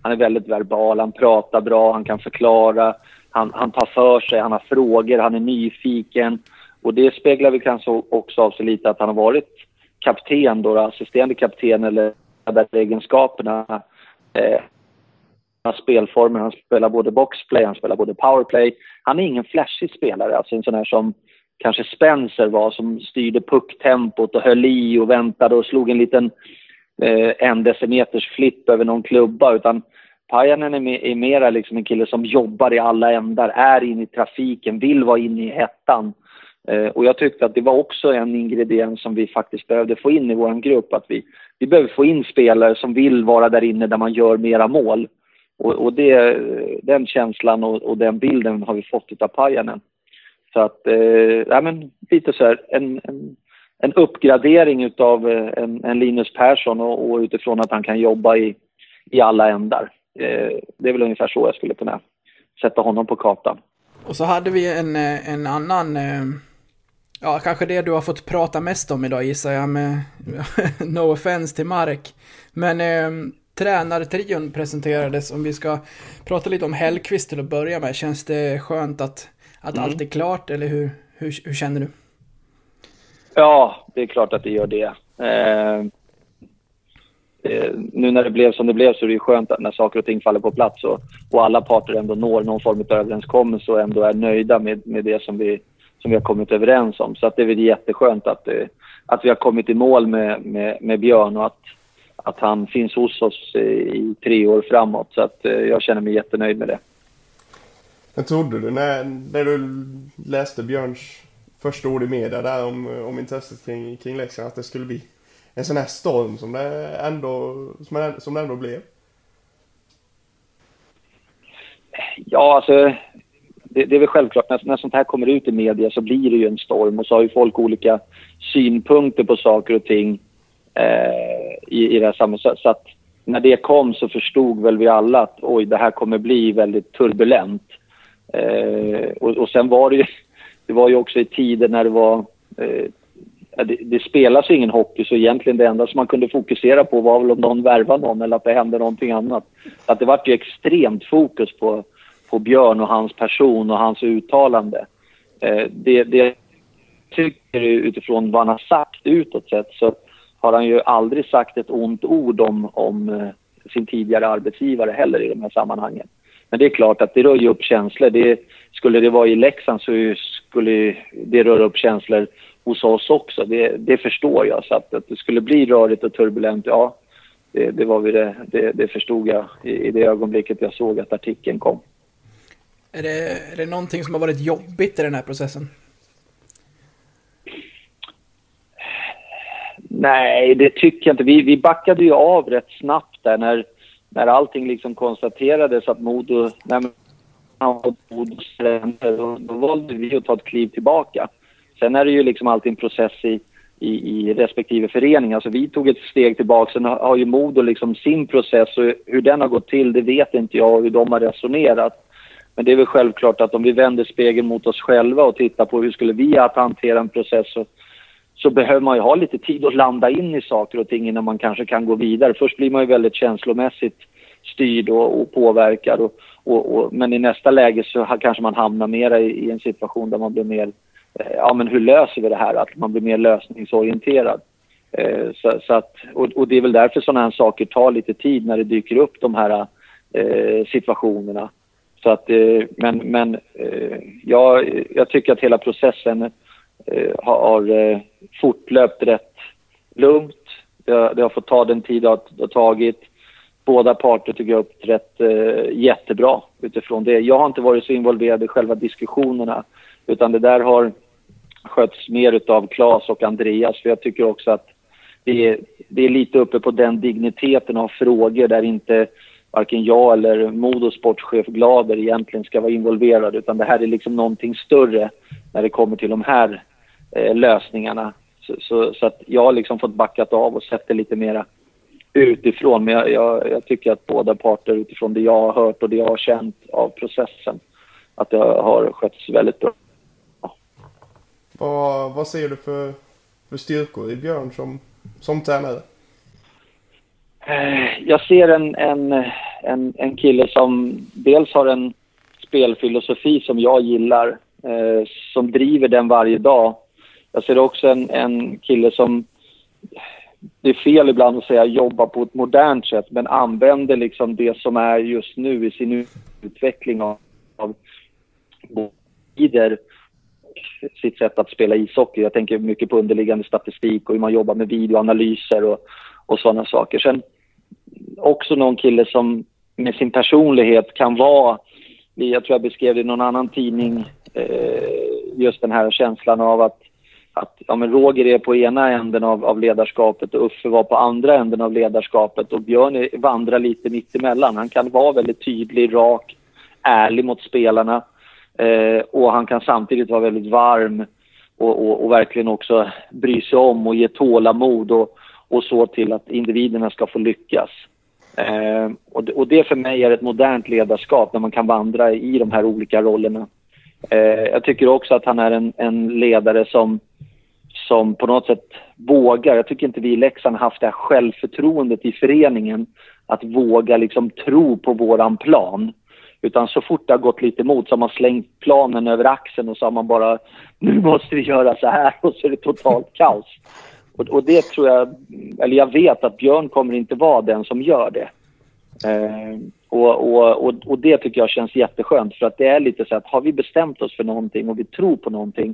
Speaker 5: han är väldigt verbal, han pratar bra, han kan förklara, han, han tar för sig, han har frågor, han är nyfiken. Och det speglar vi kanske också av sig lite att han har varit kapten då, assisterande kapten eller där egenskaperna. Eh, spelformen, han spelar både boxplay, han spelar både powerplay. Han är ingen flashig spelare, alltså en sån här som kanske Spencer var, som styrde pucktempot och höll i och väntade och slog en liten eh, en decimeters flipp över någon klubba, utan Pajanen är, är mera liksom en kille som jobbar i alla ändar, är inne i trafiken, vill vara inne i hettan. Eh, och jag tyckte att det var också en ingrediens som vi faktiskt behövde få in i vår grupp, att vi, vi behöver få in spelare som vill vara där inne där man gör mera mål. Och, och det, den känslan och, och den bilden har vi fått av Pajanen. Så att, eh, ja, men lite så här, en, en, en uppgradering utav en, en Linus Persson och, och utifrån att han kan jobba i, i alla ändar. Eh, det är väl ungefär så jag skulle kunna sätta honom på kartan.
Speaker 1: Och så hade vi en, en annan, ja kanske det du har fått prata mest om idag gissar jag, med no offense till Mark. Men eh, tränartrion presenterades, om vi ska prata lite om Hellqvist till att börja med. Känns det skönt att, att mm. allt är klart, eller hur, hur, hur känner du?
Speaker 5: Ja, det är klart att det gör det. Eh, eh, nu när det blev som det blev så är det ju skönt att när saker och ting faller på plats och, och alla parter ändå når någon form av överenskommelse och ändå är nöjda med, med det som vi, som vi har kommit överens om. Så att det är väl jätteskönt att, eh, att vi har kommit i mål med, med, med Björn och att att han finns hos oss i tre år framåt. Så att jag känner mig jättenöjd med det.
Speaker 6: Men trodde du när, när du läste Björns första ord i media där om, om intresset kring, kring Leksand att det skulle bli en sån här storm som det ändå, som det, som det ändå blev?
Speaker 5: Ja, alltså det, det är väl självklart när, när sånt här kommer ut i media så blir det ju en storm och så har ju folk olika synpunkter på saker och ting. I, i det här sammanhanget. Så att när det kom så förstod väl vi alla att oj, det här kommer bli väldigt turbulent. Eh, och, och sen var det ju det var ju också i tider när det var eh, det, det spelas ingen hockey, så egentligen det enda som man kunde fokusera på var väl om någon värvar någon eller att det hände någonting annat. Att det var ju extremt fokus på, på Björn och hans person och hans uttalande. Eh, det, det tycker jag utifrån vad han har sagt utåt sett, så har han ju aldrig sagt ett ont ord om, om sin tidigare arbetsgivare heller i de här sammanhangen. Men det är klart att det rör ju upp känslor. Det, skulle det vara i Leksand så skulle det röra upp känslor hos oss också. Det, det förstår jag. Så att, att det skulle bli rörigt och turbulent, ja, det, det, var vi det, det, det förstod jag i, i det ögonblicket jag såg att artikeln kom.
Speaker 1: Är det, är det någonting som har varit jobbigt i den här processen?
Speaker 5: Nej, det tycker jag inte. Vi, vi backade ju av rätt snabbt där när, när allting liksom konstaterades att Modo, när man Modos tränare, då, då valde vi att ta ett kliv tillbaka. Sen är det ju liksom alltid en process i, i, i respektive förening. Alltså vi tog ett steg tillbaka, sen har, har ju Modo liksom sin process och hur den har gått till, det vet inte jag, hur de har resonerat. Men det är väl självklart att om vi vänder spegeln mot oss själva och tittar på hur skulle vi att hantera en process, så så behöver man ju ha lite tid att landa in i saker och ting innan man kanske kan gå vidare. Först blir man ju väldigt känslomässigt styrd och, och påverkad. Och, och, och, men i nästa läge så kanske man hamnar mer i, i en situation där man blir mer, eh, ja men hur löser vi det här? Att man blir mer lösningsorienterad. Eh, så, så att, och, och det är väl därför sådana här saker tar lite tid när det dyker upp de här eh, situationerna. Så att, eh, men men eh, jag, jag tycker att hela processen Uh, har uh, fortlöpt rätt lugnt. Det har, det har fått ta den tid det har, det har tagit. Båda parter tycker jag upp rätt uh, jättebra utifrån det. Jag har inte varit så involverad i själva diskussionerna, utan det där har skötts mer utav Claes och Andreas. För jag tycker också att det är, det är lite uppe på den digniteten av frågor där inte varken jag eller Modos sportchef Glader egentligen ska vara involverad, utan det här är liksom någonting större när det kommer till de här eh, lösningarna. Så, så, så att jag har liksom fått backat av och sett det lite mera utifrån. Men jag, jag, jag tycker att båda parter utifrån det jag har hört och det jag har känt av processen, att det har skötts väldigt bra. Ja.
Speaker 6: Vad, vad ser du för, för styrkor i Björn som, som tränare?
Speaker 5: Jag ser en, en, en, en kille som dels har en spelfilosofi som jag gillar, eh, som driver den varje dag. Jag ser också en, en kille som, det är fel ibland att säga jobba på ett modernt sätt, men använder liksom det som är just nu i sin utveckling av, av tider, sitt sätt att spela ishockey. Jag tänker mycket på underliggande statistik och hur man jobbar med videoanalyser och, och sådana saker. Sen också någon kille som med sin personlighet kan vara, jag tror jag beskrev det i någon annan tidning, just den här känslan av att, att ja, men Roger är på ena änden av, av ledarskapet och Uffe var på andra änden av ledarskapet, och Björn är, vandrar lite mitt emellan. Han kan vara väldigt tydlig, rak, ärlig mot spelarna, eh, och han kan samtidigt vara väldigt varm och, och, och verkligen också bry sig om och ge tålamod och, och så till att individerna ska få lyckas. Eh, och, det, och det för mig är ett modernt ledarskap när man kan vandra i de här olika rollerna. Eh, jag tycker också att han är en, en ledare som, som på något sätt vågar. Jag tycker inte vi i Leksand har haft det här självförtroendet i föreningen att våga liksom tro på våran plan. Utan så fort det har gått lite emot så har man slängt planen över axeln och så har man bara, nu måste vi göra så här, och så är det totalt kaos. Och, och det tror jag, eller jag vet att Björn kommer inte vara den som gör det. Eh, och, och, och, och det tycker jag känns jätteskönt, för att det är lite så att har vi bestämt oss för någonting och vi tror på någonting,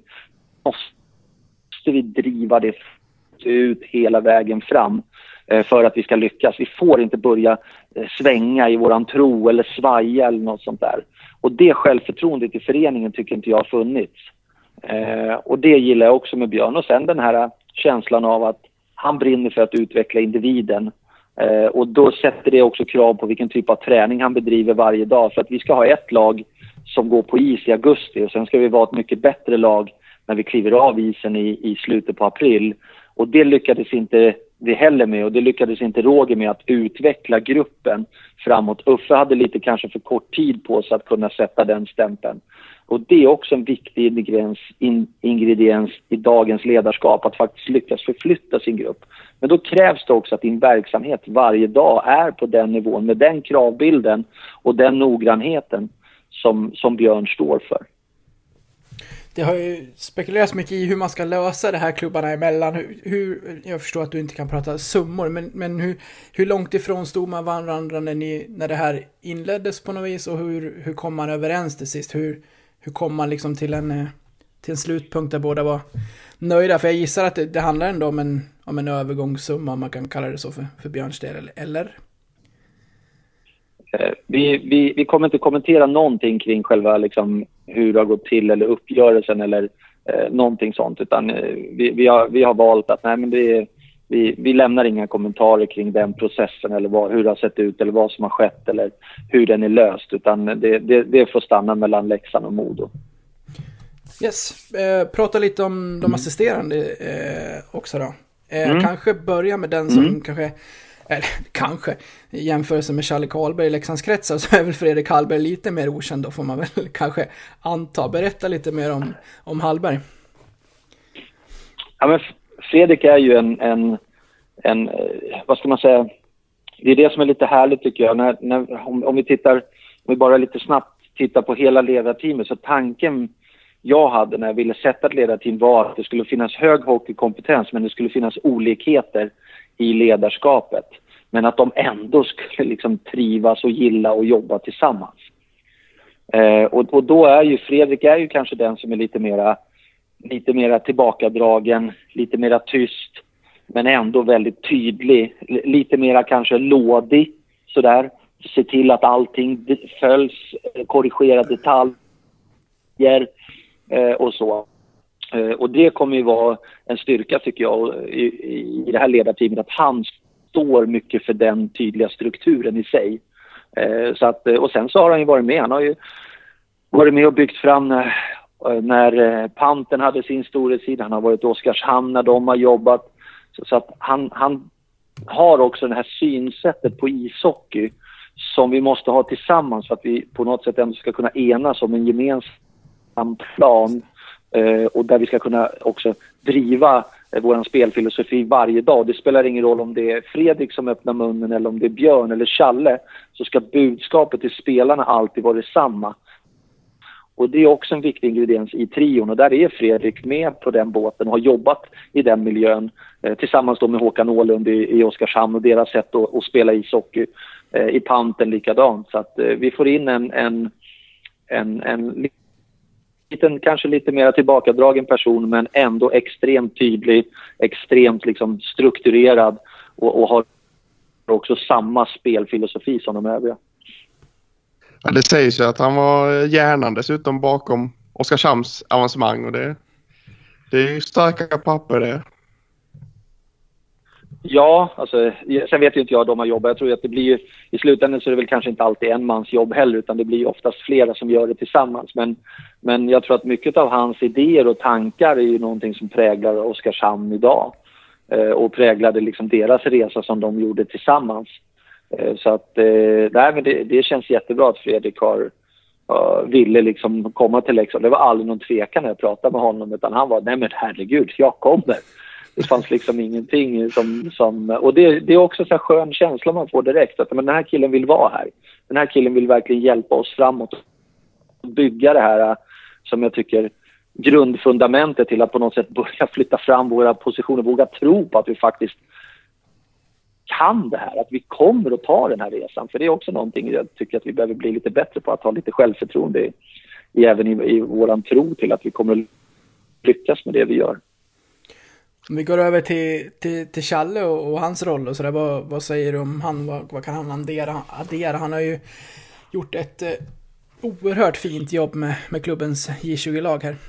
Speaker 5: måste vi driva det ut hela vägen fram eh, för att vi ska lyckas. Vi får inte börja eh, svänga i våran tro eller svaja eller något sånt där. Och det självförtroendet i föreningen tycker inte jag har funnits. Eh, och det gillar jag också med Björn. Och sen den här känslan av att han brinner för att utveckla individen. Eh, och då sätter det också krav på vilken typ av träning han bedriver varje dag. För att vi ska ha ett lag som går på is i augusti, och sen ska vi vara ett mycket bättre lag när vi kliver av isen i, i slutet på april. Och det lyckades inte vi heller med, och det lyckades inte Roger med, att utveckla gruppen framåt. Uffe hade lite kanske för kort tid på sig att kunna sätta den stämpeln. Och det är också en viktig ingrediens, in, ingrediens i dagens ledarskap, att faktiskt lyckas förflytta sin grupp. Men då krävs det också att din verksamhet varje dag är på den nivån, med den kravbilden och den noggrannheten som, som Björn står för.
Speaker 1: Det har ju spekulerats mycket i hur man ska lösa det här klubbarna emellan. Hur, hur, jag förstår att du inte kan prata summor, men, men hur, hur långt ifrån stod man varandra när, ni, när det här inleddes på något vis, och hur, hur kom man överens till sist? Hur, hur kom man liksom till en, till en slutpunkt där båda var nöjda? För jag gissar att det, det handlar ändå om en, om en övergångssumma, om man kan kalla det så för, för Björns del, eller?
Speaker 5: Vi, vi, vi kommer inte kommentera någonting kring själva liksom, hur det har gått till eller uppgörelsen eller eh, någonting sånt, utan eh, vi, vi, har, vi har valt att nej, men det, vi, vi lämnar inga kommentarer kring den processen eller vad, hur det har sett ut eller vad som har skett eller hur den är löst, utan det, det, det får stanna mellan Leksand och Modo.
Speaker 1: Yes, eh, prata lite om de assisterande eh, också då. Eh,
Speaker 5: mm.
Speaker 1: Kanske börja med den som
Speaker 5: mm.
Speaker 1: kanske eller kanske i jämförelse med Charlie Karlberg i Leksands kretsar, så är väl Fredrik Hallberg lite mer okänd då, får man väl kanske anta. Berätta lite mer om, om Hallberg.
Speaker 5: Ja, men Fredrik är ju en, en, en, vad ska man säga, det är det som är lite härligt tycker jag. När, när, om, om vi tittar, om vi bara lite snabbt tittar på hela ledarteamet, så tanken jag hade när jag ville sätta ett ledarteam var att det skulle finnas hög hockeykompetens, men det skulle finnas olikheter i ledarskapet, men att de ändå skulle liksom trivas och gilla och jobba tillsammans. Eh, och, och då är ju Fredrik är ju kanske den som är lite mera, lite mera tillbakadragen, lite mera tyst, men ändå väldigt tydlig, lite mera kanske lådig sådär, se till att allting följs, korrigera detaljer eh, och så. Och det kommer ju vara en styrka tycker jag i, i det här ledarteamet, att han står mycket för den tydliga strukturen i sig. Eh, så att, och sen så har han ju varit med. Han har ju varit med och byggt fram när, när Panten hade sin storhetssida. Han har varit i Oskarshamn när de har jobbat. Så, så att han, han har också det här synsättet på ishockey som vi måste ha tillsammans för att vi på något sätt ändå ska kunna enas om en gemensam plan Eh, och där vi ska kunna också driva eh, vår spelfilosofi varje dag. Det spelar ingen roll om det är Fredrik som öppnar munnen eller om det är Björn eller Challe, så ska budskapet till spelarna alltid vara detsamma. Och det är också en viktig ingrediens i trion, och där är Fredrik med på den båten och har jobbat i den miljön eh, tillsammans då med Håkan Åhlund i, i Oskarshamn och deras sätt att, att spela ishockey eh, i Panten likadant. Så att eh, vi får in en, en, en, en liten, kanske lite mer tillbakadragen person, men ändå extremt tydlig, extremt liksom strukturerad och, och har också samma spelfilosofi som de övriga.
Speaker 6: Ja, det sägs ju att han var hjärnan dessutom bakom Oskarshamns avancemang, och det, det är ju starka papper det.
Speaker 5: Ja, alltså, sen vet ju inte jag de har jobbat. Jag tror att det blir ju, i slutändan så är det väl kanske inte alltid en mans jobb heller, utan det blir ju oftast flera som gör det tillsammans. Men, men jag tror att mycket av hans idéer och tankar är ju någonting som präglar Oskarshamn idag. Eh, och präglade liksom deras resa som de gjorde tillsammans. Eh, så att eh, nej, men det, det känns jättebra att Fredrik har, uh, ville liksom komma till Leksand. Det var aldrig någon tvekan när jag pratade med honom, utan han var, nej men herregud, jag kommer. Det fanns liksom ingenting som... som och det, det är också så här skön känsla man får direkt. Att men den här killen vill vara här. Den här killen vill verkligen hjälpa oss framåt. Och bygga det här som jag tycker grundfundamentet till att på något sätt börja flytta fram våra positioner. Våga tro på att vi faktiskt kan det här. Att vi kommer att ta den här resan. För det är också någonting jag tycker att vi behöver bli lite bättre på. Att ha lite självförtroende i, i, även i, i våran tro till att vi kommer att lyckas med det vi gör.
Speaker 1: Om vi går över till, till, till Challe och, och hans roll och sådär, vad, vad säger du om han? Vad, vad kan han addera, addera? Han har ju gjort ett eh, oerhört fint jobb med, med klubbens J tjugo-lag här.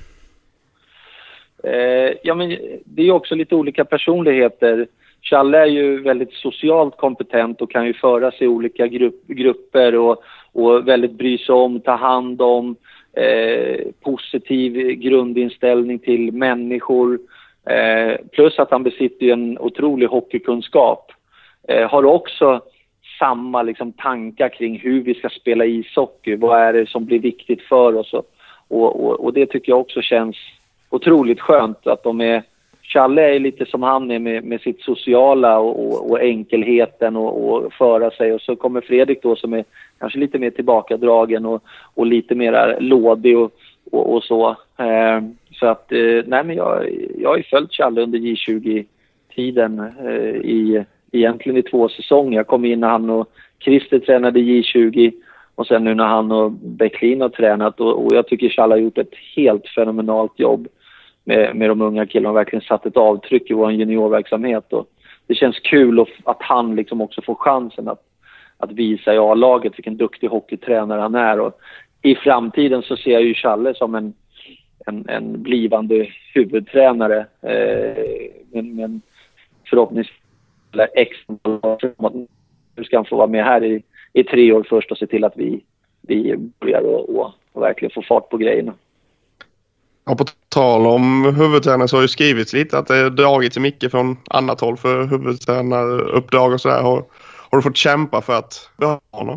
Speaker 5: Eh, ja, men det är ju också lite olika personligheter. Challe är ju väldigt socialt kompetent och kan ju föra sig i olika grupp, grupper och, och väldigt bry sig om, ta hand om, eh, positiv grundinställning till människor. Eh, plus att han besitter ju en otrolig hockeykunskap. Eh, har också samma liksom, tankar kring hur vi ska spela ishockey. Vad är det som blir viktigt för oss? Och, och, och det tycker jag också känns otroligt skönt. Att de är, Challe är lite som han är med, med sitt sociala och, och, och enkelheten och, och föra sig. Och så kommer Fredrik då som är kanske lite mer tillbakadragen och, och lite mer lådig och, och, och så. Eh, Så att, nej men jag, jag har ju följt Challe under J tjugo-tiden eh, i, egentligen i två säsonger. Jag kom in när han och Christer tränade J tjugo och sen nu när han och Bäcklin har tränat. Och, och jag tycker Challe har gjort ett helt fenomenalt jobb med, med de unga killarna och verkligen satt ett avtryck i vår juniorverksamhet. Och det känns kul och, att han liksom också får chansen att, att visa i A-laget vilken duktig hockeytränare han är. Och i framtiden så ser jag ju Challe som en En, en blivande huvudtränare eh, men, men förhoppningsvis eller extra nu ska han få vara med här i, i tre år först och se till att vi, vi börjar och, och, och verkligen få fart på grejerna.
Speaker 6: Och på tal om huvudtränare så har ju skrivits lite att det är dragit sig mycket från annat håll för huvudtränaruppdrag och sådär. Har, har du fått kämpa för att behålla honom?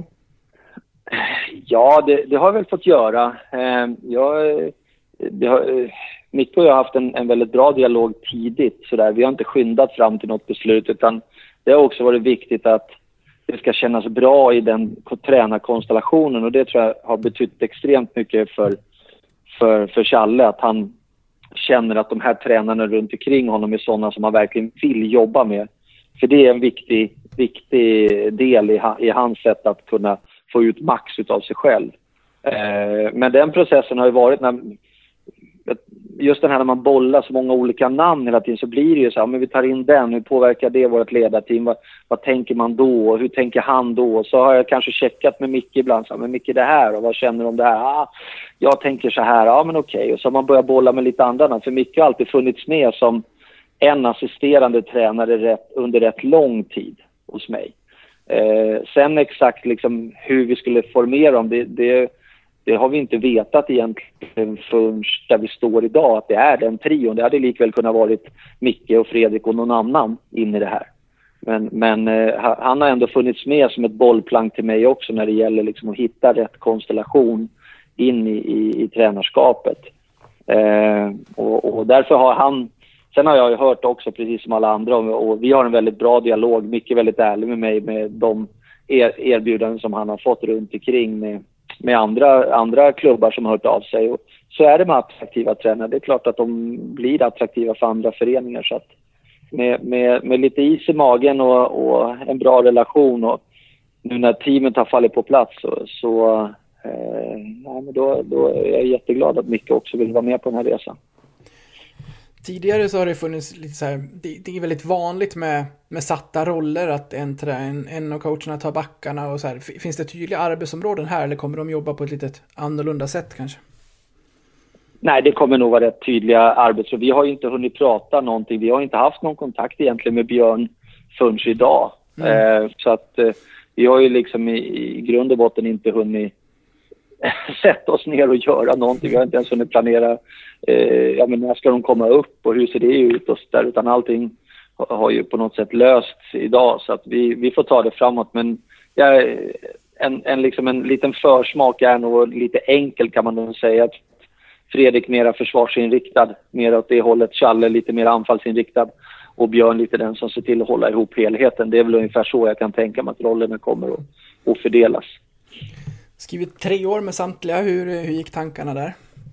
Speaker 5: Ja, det, det har jag väl fått göra. Eh, jag Det har, Micke och jag har haft en, en väldigt bra dialog tidigt. Så där. Vi har inte skyndat fram till något beslut, utan det har också varit viktigt att det ska kännas bra i den tränarkonstellationen. Och det tror jag har betytt extremt mycket för, för, för Challe. Att han känner att de här tränarna runt omkring honom är sådana som han verkligen vill jobba med. För det är en viktig, viktig del i, i hans sätt att kunna få ut max av sig själv. Eh, men den processen har ju varit när just den här när man bollar så många olika namn hela tiden, så blir det ju så här, men vi tar in den, hur påverkar det vårt ledarteam, vad, vad tänker man då, hur tänker han då? Så har jag kanske checkat med Micke ibland, så här, men Micke det här och vad känner du om det här? Ah, jag tänker så här, ja men okej, och så har man börjat bolla med lite andra namn, för Micke har alltid funnits med som en assisterande tränare rätt, under rätt lång tid hos mig. Eh, sen exakt liksom hur vi skulle formera dem, det, det Det har vi inte vetat egentligen förrän där vi står idag, att det är den trion. Det hade likväl kunnat varit Micke och Fredrik och någon annan in i det här. Men, men eh, han har ändå funnits med som ett bollplank till mig också när det gäller liksom att hitta rätt konstellation in i, i, i tränarskapet. Eh, och, och därför har han, sen har jag ju hört också precis som alla andra, och, och vi har en väldigt bra dialog, mycket väldigt ärlig med mig med de er, erbjudanden som han har fått runt omkring med, med andra, andra klubbar som har hört av sig. Och så är det med attraktiva tränare, det är klart att de blir attraktiva för andra föreningar, så att med, med, med lite is i magen och, och en bra relation, och nu när teamet har fallit på plats så, så eh, ja, men då, då är jag jätteglad att Micke också vill vara med på den här resan.
Speaker 1: Tidigare så har det funnits lite så här, det, det är väldigt vanligt med, med satta roller, att en, en, en av coacherna tar backarna och så här. Finns det tydliga arbetsområden här, eller kommer de jobba på ett lite annorlunda sätt kanske?
Speaker 5: Nej, det kommer nog vara rätt tydliga arbetsområden. Vi har ju inte hunnit prata någonting, vi har inte haft någon kontakt egentligen med Björn förrän idag. Mm. Eh, så att eh, vi har ju liksom i, i grund och botten inte hunnit sätta oss ner och göra någonting. Vi har inte ens hunnit planera eh, ja, men när ska de komma upp och hur ser det ut och så där, utan allting har, har ju på något sätt lösts idag, så att vi, vi får ta det framåt. Men ja, en, en, liksom en liten försmak är nog lite enkel, kan man nog säga, att Fredrik mera försvarsinriktad, mer åt det hållet, Challe lite mer anfallsinriktad och Björn lite den som ser till att hålla ihop helheten. Det är väl ungefär så jag kan tänka mig att rollerna kommer att, att fördelas.
Speaker 1: Skrivit tre år med samtliga, hur, hur gick tankarna där?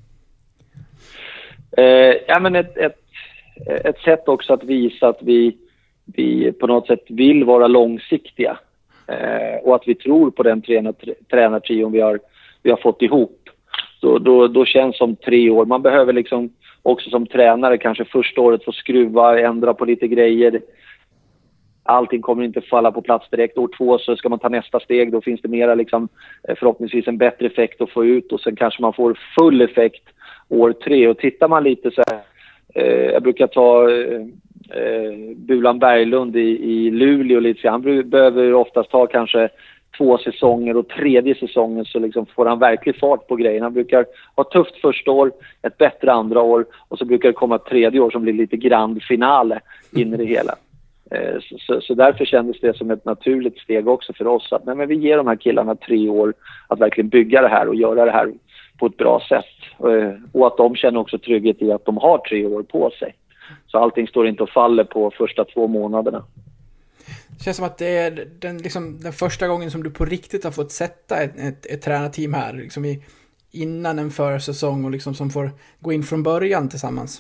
Speaker 5: Eh, ja, men ett, ett, ett sätt också att visa att vi, vi på något sätt vill vara långsiktiga eh, och att vi tror på den tränar, tränartrion vi har, vi har fått ihop. Då, då, då känns som tre år. Man behöver liksom också som tränare kanske första året få skruva, ändra på lite grejer. Allting kommer inte falla på plats direkt. År två så ska man ta nästa steg. Då finns det mera liksom, förhoppningsvis en bättre effekt att få ut. Och sen kanske man får full effekt år tre. Och tittar man lite så här. Eh, jag brukar ta eh, Bulan Berglund i, i Luleå lite. Han behöver oftast ta kanske två säsonger, och tredje säsongen så liksom får han verklig fart på grejen. Han brukar ha tufft första år, ett bättre andra år, och så brukar det komma ett tredje år som blir lite grand finale in i det hela. Eh, så, så, så därför kändes det som ett naturligt steg också för oss att nej, men vi ger de här killarna tre år att verkligen bygga det här och göra det här på ett bra sätt. Eh, och att de känner också trygghet i att de har tre år på sig. Så allting står inte och faller på första två månaderna.
Speaker 1: Det känns som att det är den, liksom, den första gången som du på riktigt har fått sätta ett, ett, ett tränarteam här liksom i, innan en försäsong och liksom som får gå in från början tillsammans.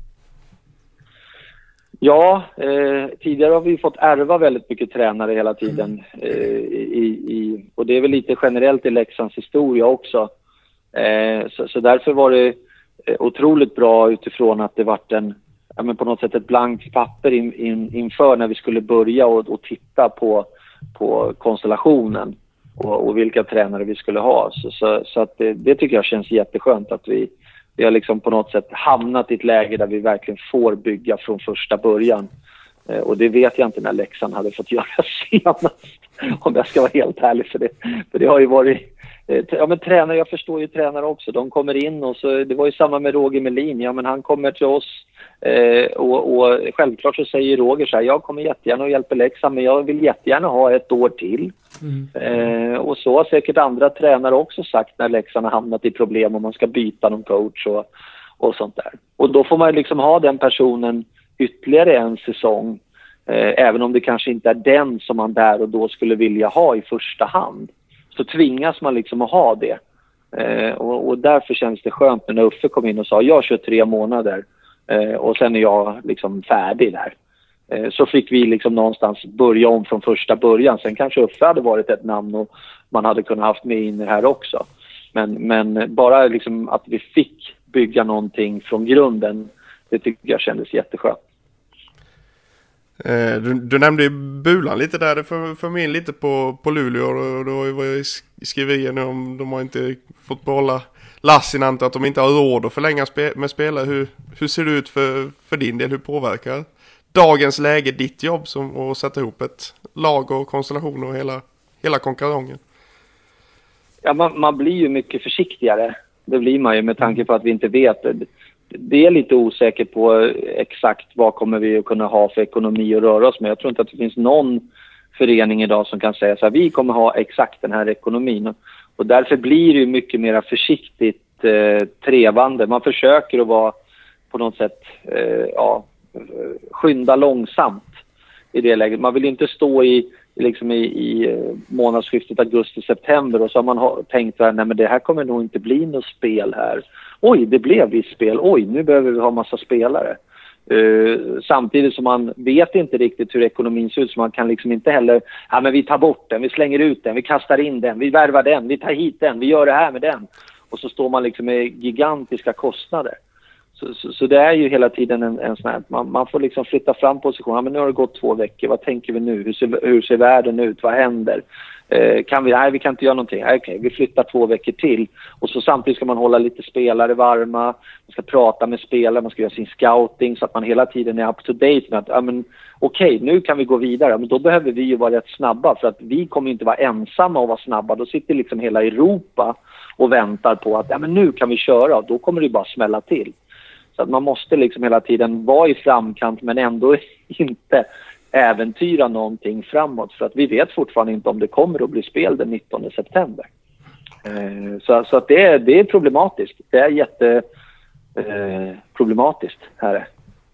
Speaker 5: Ja, eh, tidigare har vi fått ärva väldigt mycket tränare hela tiden eh, i, i, och det är väl lite generellt i Leksands historia också. Eh, så, så därför var det eh, otroligt bra utifrån att det varit en ja, men på något sätt ett blankt papper in, in, inför när vi skulle börja och, och titta på, på konstellationen och, och vilka tränare vi skulle ha. Så, så, så att det, det tycker jag känns jätteskönt att vi, vi har liksom på något sätt hamnat i ett läge där vi verkligen får bygga från första början. Eh, och det vet jag inte när Leksand hade fått göra senast, om jag ska vara helt ärlig för det. För det har ju varit ja, men tränare, jag förstår ju tränare också. De kommer in och så, det var ju samma med Roger Melin. Ja, men han kommer till oss eh, och, och självklart så säger Roger så här, jag kommer jättegärna och hjälper Leksand, men jag vill jättegärna ha ett år till. Mm. Eh, och så har säkert andra tränare också sagt när Leksand har hamnat i problem om man ska byta någon coach och, och sånt där. Och då får man liksom ha den personen ytterligare en säsong, eh, även om det kanske inte är den som man där och då skulle vilja ha i första hand. Så tvingas man liksom att ha det. Eh, och, och därför känns det skönt när Uffe kom in och sa jag kör tre månader eh, och sen är jag liksom färdig där. Eh, så fick vi liksom någonstans börja om från första början. Sen kanske Uffe hade varit ett namn och man hade kunnat haft med in här också. Men, men bara liksom att vi fick bygga någonting från grunden, det tycker jag kändes jätteskönt.
Speaker 2: Du, du nämnde ju Bulan lite där, det för, för mig lite på, på Luleå, och då var jag skriver nu om de har inte fått behålla Lassinantti, att de inte har råd att förlänga spe, med spelare. Hur, hur ser det ut för, för din del? Hur påverkar dagens läge ditt jobb som att sätta ihop ett lag och konstellation och hela, hela konkurrensen?
Speaker 5: Ja, man, man blir ju mycket försiktigare. Det blir man ju med tanke på att vi inte vet det. Det är lite osäkert på exakt vad kommer vi att kunna ha för ekonomi att röra oss med. Jag tror inte att det finns någon förening idag som kan säga så här, vi kommer ha exakt den här ekonomin. Och därför blir det ju mycket mer försiktigt eh, trevande. Man försöker att vara på något sätt eh, ja, skynda långsamt i det läget. Man vill ju inte stå i, liksom i, i månadsskiftet augusti-september och så har man ha, tänkt att nej, men det här kommer nog inte bli något spel här. Oj, det blev visst spel. Oj, nu behöver vi ha massa spelare. Uh, samtidigt som man vet inte riktigt hur ekonomin ser ut, så man kan liksom inte heller, ja men vi tar bort den, vi slänger ut den, vi kastar in den, vi värvar den, vi tar hit den, vi gör det här med den. Och så står man liksom med gigantiska kostnader. Så, så, så det är ju hela tiden en, en sån här, man, man får liksom flytta fram positionen. Ja, men nu har det gått två veckor, vad tänker vi nu? Hur ser, hur ser världen ut? Vad händer? Eh, kan vi, nej, vi kan inte göra någonting. Nej, okej, vi flyttar två veckor till. Och så samtidigt ska man hålla lite spelare varma. Man ska prata med spelare, man ska göra sin scouting så att man hela tiden är up to date med att, ja men okej, nu kan vi gå vidare. Men då behöver vi ju vara rätt snabba, för att vi kommer inte vara ensamma och vara snabba. Då sitter liksom hela Europa och väntar på att, ja men nu kan vi köra, och då kommer det bara smälla till. Så att man måste liksom hela tiden vara i framkant men ändå inte äventyra någonting framåt. För att vi vet fortfarande inte om det kommer att bli spel den nittonde september. Eh, så, så att det är, det är problematiskt. Det är jätteproblematiskt eh, här.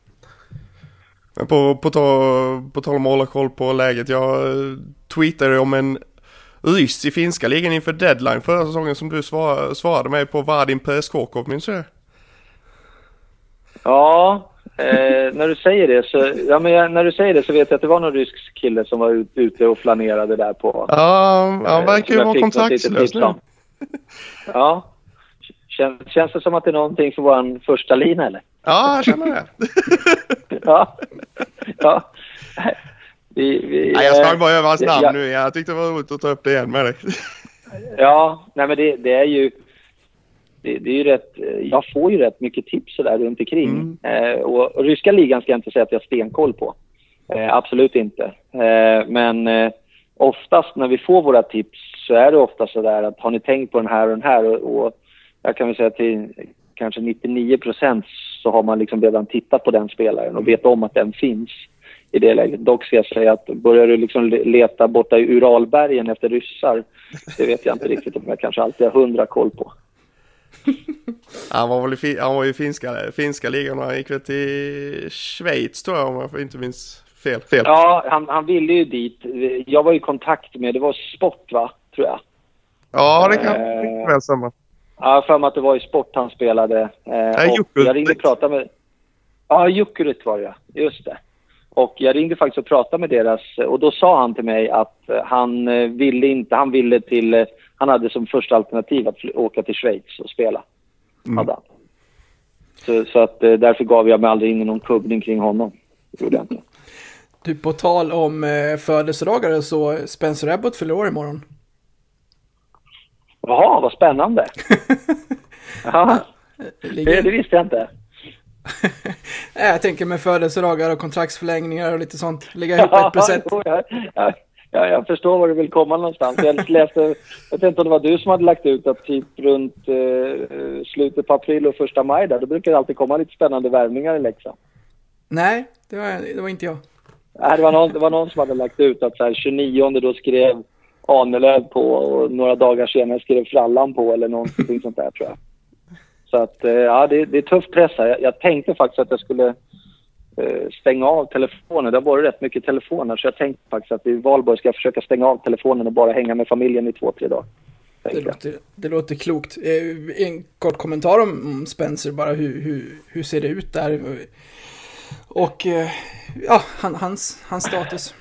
Speaker 6: På, på, ta, på tal om att hålla koll på läget. Jag tweetade om en ryss i finska ligan inför deadline förra säsongen som du svar, svarade mig på. Vadim Pereskokov, minns du det?
Speaker 5: Ja, eh, när du säger det så ja, men jag, när du säger det så vet jag att det var någon rysk kille som var ut, ute och flanerade där på.
Speaker 6: Ja, han verkar ju vara kontaktslös nu.
Speaker 5: Ja. Känns, känns det som att det är någonting för vår första lina eller?
Speaker 6: Ja, jag känner det.
Speaker 5: ja. Ja. Vi, vi,
Speaker 6: nej, jag sprang bara över hans namn
Speaker 5: ja.
Speaker 6: nu. Jag tyckte det var roligt att ta upp det igen med dig.
Speaker 5: Ja, nej men det, det är ju Det, det är ju rätt, jag får ju rätt mycket tips där runt omkring. Mm. Eh, och, och ryska ligan ska jag inte säga att jag har stenkoll på. Eh, absolut inte. Eh, men eh, oftast när vi får våra tips så är det ofta så där att har ni tänkt på den här och den här, och, och jag kan väl säga till kanske nittionio procent så har man liksom redan tittat på den spelaren och vet om att den finns i det läget. Dock ska jag säga att börjar du liksom leta borta i Uralbergen efter ryssar, det vet jag inte riktigt om jag kanske alltid har hundra koll på.
Speaker 6: Han var väl i, han var i finska, finska ligan och han gick väl till Schweiz tror jag, om jag inte minns fel. fel.
Speaker 5: Ja, han, han ville ju dit. Jag var i kontakt med, det var Sport va, tror jag.
Speaker 6: Ja, det kan uh, väl samma.
Speaker 5: Ja, för mig att det var i Sport han spelade. Uh,
Speaker 6: ja,
Speaker 5: och jag ringde och pratade med... Ja, Jukurit var det, just det. Och jag ringde faktiskt och pratade med deras, och då sa han till mig att han ville inte, han ville till... Han hade som första alternativ att åka till Schweiz och spela. Mm. Så, så att därför gav jag mig aldrig in i någon kubbning kring honom. Det gjorde jag inte.
Speaker 1: Du, på tal om eh, födelsedagare så Spencer Abbott fyller år imorgon.
Speaker 5: Jaha, vad spännande. Ja, det, det visste jag inte.
Speaker 1: Jag tänker med födelsedagar och kontraktsförlängningar och lite sånt. Ligga ihop ett procent.
Speaker 5: Ja, ja. Ja, jag förstår var du vill komma någonstans. Jag läste, jag vet inte om det var du som hade lagt ut att typ runt eh, slutet på april och första maj där, då brukar det alltid komma lite spännande värvningar i Leksand.
Speaker 1: Nej, det var, det var inte jag.
Speaker 5: Nej, det var någon, det var någon som hade lagt ut att så här tjugonionde då skrev Ahnelöv på och några dagar senare skrev Frallan på eller någonting sånt där tror jag. Så att eh, ja, det, det är tuff press här. Jag, jag tänkte faktiskt att jag skulle stänga av telefonen. Det har varit rätt mycket telefoner så jag tänkte faktiskt att i Valborg ska jag försöka stänga av telefonen och bara hänga med familjen i två, tre dagar.
Speaker 1: Det låter, det låter klokt. En kort kommentar om Spencer bara. Hur, hur, hur ser det ut där? Och ja, han, hans, hans status.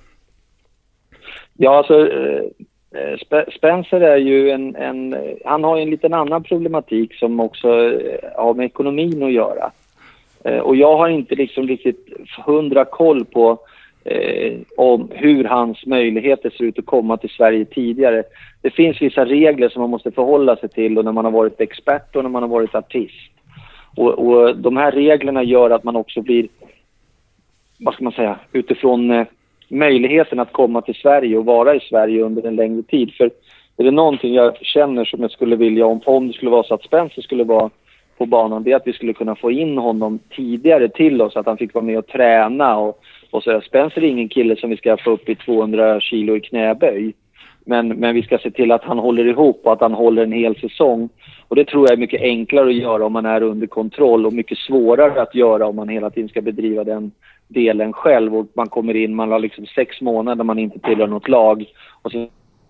Speaker 5: Ja, alltså Spencer är ju en, en han har ju en liten annan problematik som också har med ekonomin att göra. Och jag har inte liksom riktigt hundra koll på eh, om hur hans möjligheter ser ut att komma till Sverige tidigare. Det finns vissa regler som man måste förhålla sig till och när man har varit expert och när man har varit artist. Och, och de här reglerna gör att man också blir, vad ska man säga, utifrån eh, möjligheten att komma till Sverige och vara i Sverige under en längre tid. För är det någonting jag känner som jag skulle vilja, om, om det skulle vara så att Spencer skulle vara på banan, det är att vi skulle kunna få in honom tidigare till oss, att han fick vara med och träna och, och så. Spencer är ingen kille som vi ska få upp i tvåhundra kilo i knäböj, men, men vi ska se till att han håller ihop och att han håller en hel säsong Och det tror jag är mycket enklare att göra om man är under kontroll och mycket svårare att göra om man hela tiden ska bedriva den delen själv. Och man kommer in, man har liksom sex månader man inte tillhör något lag och så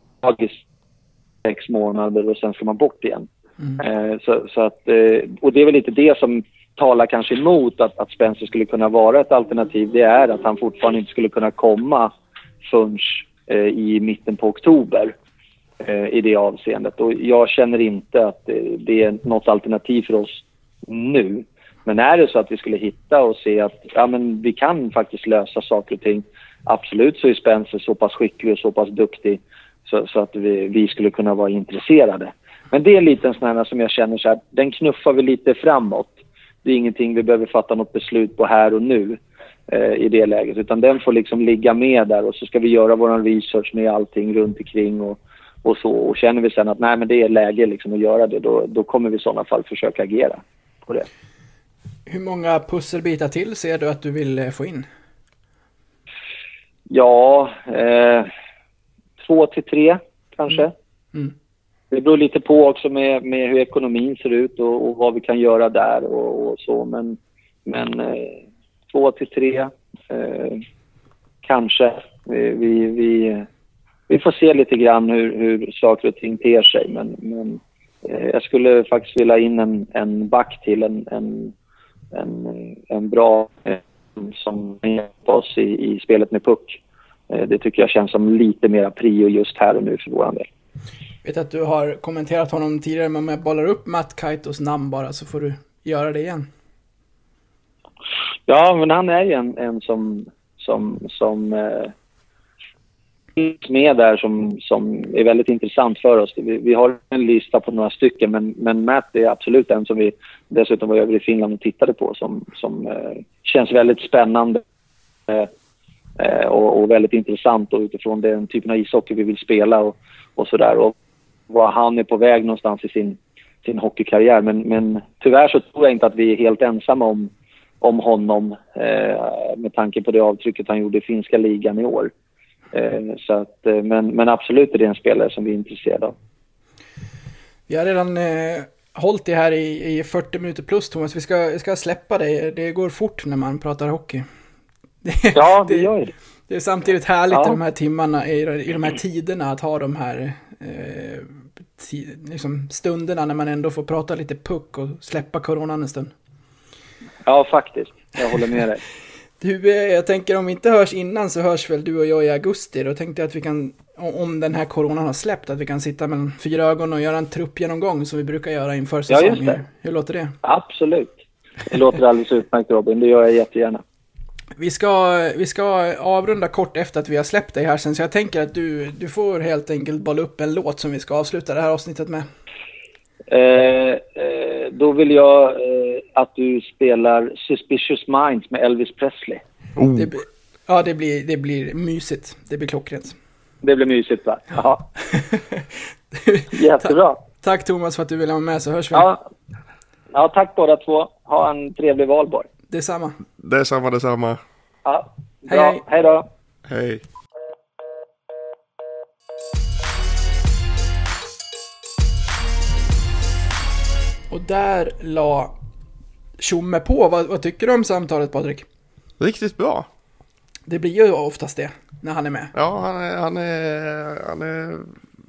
Speaker 5: sex månader och sen ska man bort igen. Mm. Eh, så, så att, eh, och det är väl lite det som talar kanske emot att, att Spencer skulle kunna vara ett alternativ. Det är att han fortfarande inte skulle kunna komma förrän eh, i mitten på oktober eh, i det avseendet. Och jag känner inte att det, det är något alternativ för oss nu. Men är det så att vi skulle hitta och se att ja, men vi kan faktiskt lösa saker och ting, absolut så är Spencer så pass skicklig och så pass duktig så, så att vi, vi skulle kunna vara intresserade. Men det är lite en sån här som jag känner så här, den knuffar vi lite framåt. Det är ingenting vi behöver fatta något beslut på här och nu eh, i det läget. Utan den får liksom ligga med där och så ska vi göra vår research med allting runt omkring och, och så. Och känner vi sen att nej men det är läge liksom att göra det, då, då kommer vi i sådana fall försöka agera på det.
Speaker 1: Hur många pusselbitar till ser du att du vill få in?
Speaker 5: Ja, eh, två till tre kanske. Mm. Mm. Det beror lite på också med, med hur ekonomin ser ut och, och vad vi kan göra där och, och så. Men, men eh, två till tre eh, kanske. Vi, vi, vi, vi får se lite grann hur, hur saker och ting ter sig. Men, men eh, jag skulle faktiskt vilja in en, en back till en, en, en, en bra eh, som hjälper oss i, i spelet med puck. Eh, det tycker jag känns som lite mera prio just här och nu för vår del.
Speaker 1: Jag vet att du har kommenterat honom tidigare, men om jag bollar upp Matt Kaitos namn bara så får du göra det igen.
Speaker 5: Ja, men han är ju en, en som som, som eh, med där som, som är väldigt intressant för oss. Vi, vi har en lista på några stycken, men, men Matt är absolut en som vi dessutom var över i Finland och tittade på som, som eh, känns väldigt spännande eh, och, och väldigt intressant och utifrån den typen av ishockey vi vill spela och, och sådär. Och var han är på väg någonstans i sin, sin hockeykarriär. Men, men tyvärr så tror jag inte att vi är helt ensamma om, om honom eh, med tanke på det avtrycket han gjorde i finska ligan i år. Eh, så att, eh, men, men absolut är det en spelare som vi är intresserade av.
Speaker 1: Vi har redan eh, hållit det här i, i fyrtio minuter plus, Thomas. Vi ska, vi ska släppa det. Det går fort när man pratar hockey.
Speaker 5: Det, ja, det gör det.
Speaker 1: Det är samtidigt härligt ja. i de här timmarna, i, i de här tiderna att ha de här eh, t- liksom stunderna när man ändå får prata lite puck och släppa coronan en stund.
Speaker 5: Ja, faktiskt. Jag håller med dig.
Speaker 1: Du, jag tänker om vi inte hörs innan så hörs väl du och jag i augusti. Då tänkte jag att vi kan, om den här coronan har släppt, att vi kan sitta med fyra ögon och göra en truppgenomgång som vi brukar göra inför säsongen. Ja, just det. Hur låter det?
Speaker 5: Absolut. Det låter alldeles utmärkt, Robin. Det gör jag jättegärna.
Speaker 1: Vi ska, vi ska avrunda kort efter att vi har släppt dig här sen, så jag tänker att du, du får helt enkelt bolla upp en låt som vi ska avsluta det här avsnittet med.
Speaker 5: Eh, eh, då vill jag eh, att du spelar Suspicious Minds med Elvis Presley.
Speaker 1: Oh. Det blir, ja, det blir, det blir mysigt. Det blir klockrent.
Speaker 5: Det blir mysigt, va? Jaha. Jättebra.
Speaker 1: Ta- tack Thomas för att du ville vara med, så hörs vi.
Speaker 5: Ja, ja tack båda två. Ha en trevlig valborg.
Speaker 1: Detsamma.
Speaker 6: Detsamma, detsamma.
Speaker 5: Ja, bra. Hej, hej då.
Speaker 6: Hej.
Speaker 1: Och där la Tjomme på. Vad, vad tycker du om samtalet, Patrik?
Speaker 6: Riktigt bra.
Speaker 1: Det blir ju oftast det när han är med.
Speaker 6: Ja, han är, han är, han är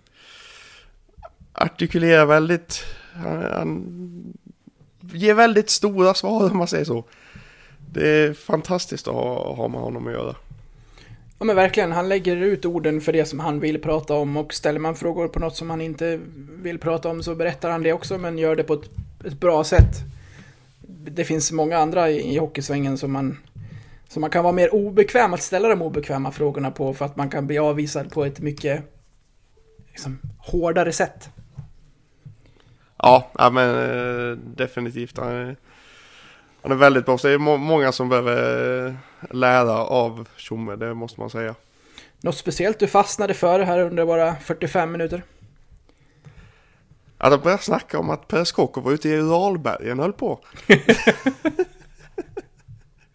Speaker 6: artikulerar väldigt, han, han ger väldigt stora svar om man säger så. Det är fantastiskt att ha, ha med honom att göra.
Speaker 1: Ja, men verkligen, han lägger ut orden för det som han vill prata om, och ställer man frågor på något som han inte vill prata om så berättar han det också, men gör det på ett, ett bra sätt. Det finns många andra i, i hockeysvängen som man, som man kan vara mer obekväm att ställa de obekväma frågorna på, för att man kan bli avvisad på ett mycket liksom, hårdare sätt.
Speaker 6: Ja, ja men definitivt. Han är, han är väldigt bra. Det är må- många som behöver lära av Tjomme, det måste man säga.
Speaker 1: Något speciellt du fastnade för här under bara fyrtiofem minuter?
Speaker 6: Att de började snacka om att Per Skocko var ute i Uralbergen höll på.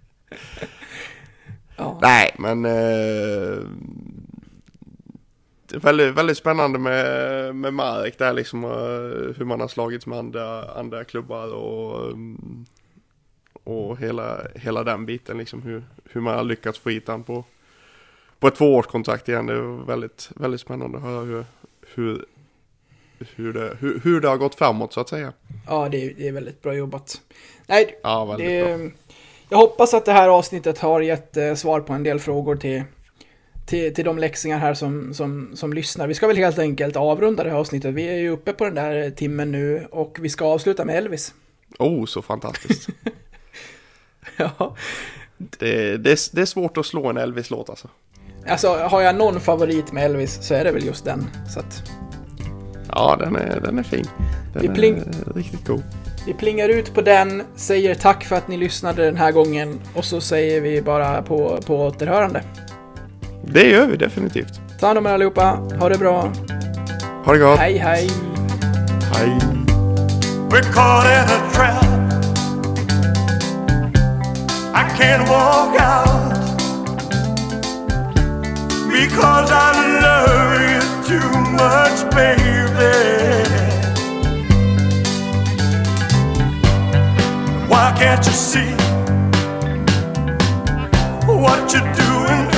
Speaker 6: Ja. Nej, men eh,
Speaker 2: väldigt, väldigt spännande med, med Marek där liksom, hur man har slagits med andra, andra klubbar och, och hela, hela den biten liksom, hur, hur man har lyckats få hit han på, på ett tvåårskontrakt igen. Det är väldigt, väldigt spännande att höra hur, hur, hur, det, hur, hur det har gått framåt så att säga.
Speaker 1: Ja, det är, det är väldigt bra jobbat. Nej,
Speaker 2: ja, väldigt
Speaker 1: det,
Speaker 2: bra.
Speaker 1: Jag hoppas att det här avsnittet har gett eh, svar på en del frågor till, till, till de läxingar här som, som, som lyssnar. Vi ska väl helt enkelt avrunda det här avsnittet. Vi är ju uppe på den där timmen nu och vi ska avsluta med Elvis.
Speaker 2: Oh, så fantastiskt.
Speaker 1: Ja.
Speaker 2: Det, det, är, det är svårt att slå en Elvis-låt alltså.
Speaker 1: Alltså, har jag någon favorit med Elvis så är det väl just den. Så att...
Speaker 2: Ja, den är, den är fin. Den
Speaker 1: vi pling...
Speaker 2: är riktigt god.
Speaker 1: Vi plingar ut på den, säger tack för att ni lyssnade den här gången och så säger vi bara på, på återhörande.
Speaker 2: Det gör vi definitivt.
Speaker 1: Ta hand om er allihopa, ha det bra.
Speaker 2: Ha det gott.
Speaker 1: Hej hej.
Speaker 2: Hej.
Speaker 7: We're caught in a trap. I can't walk out because I love you too much, baby. Why can't you see what you're doing?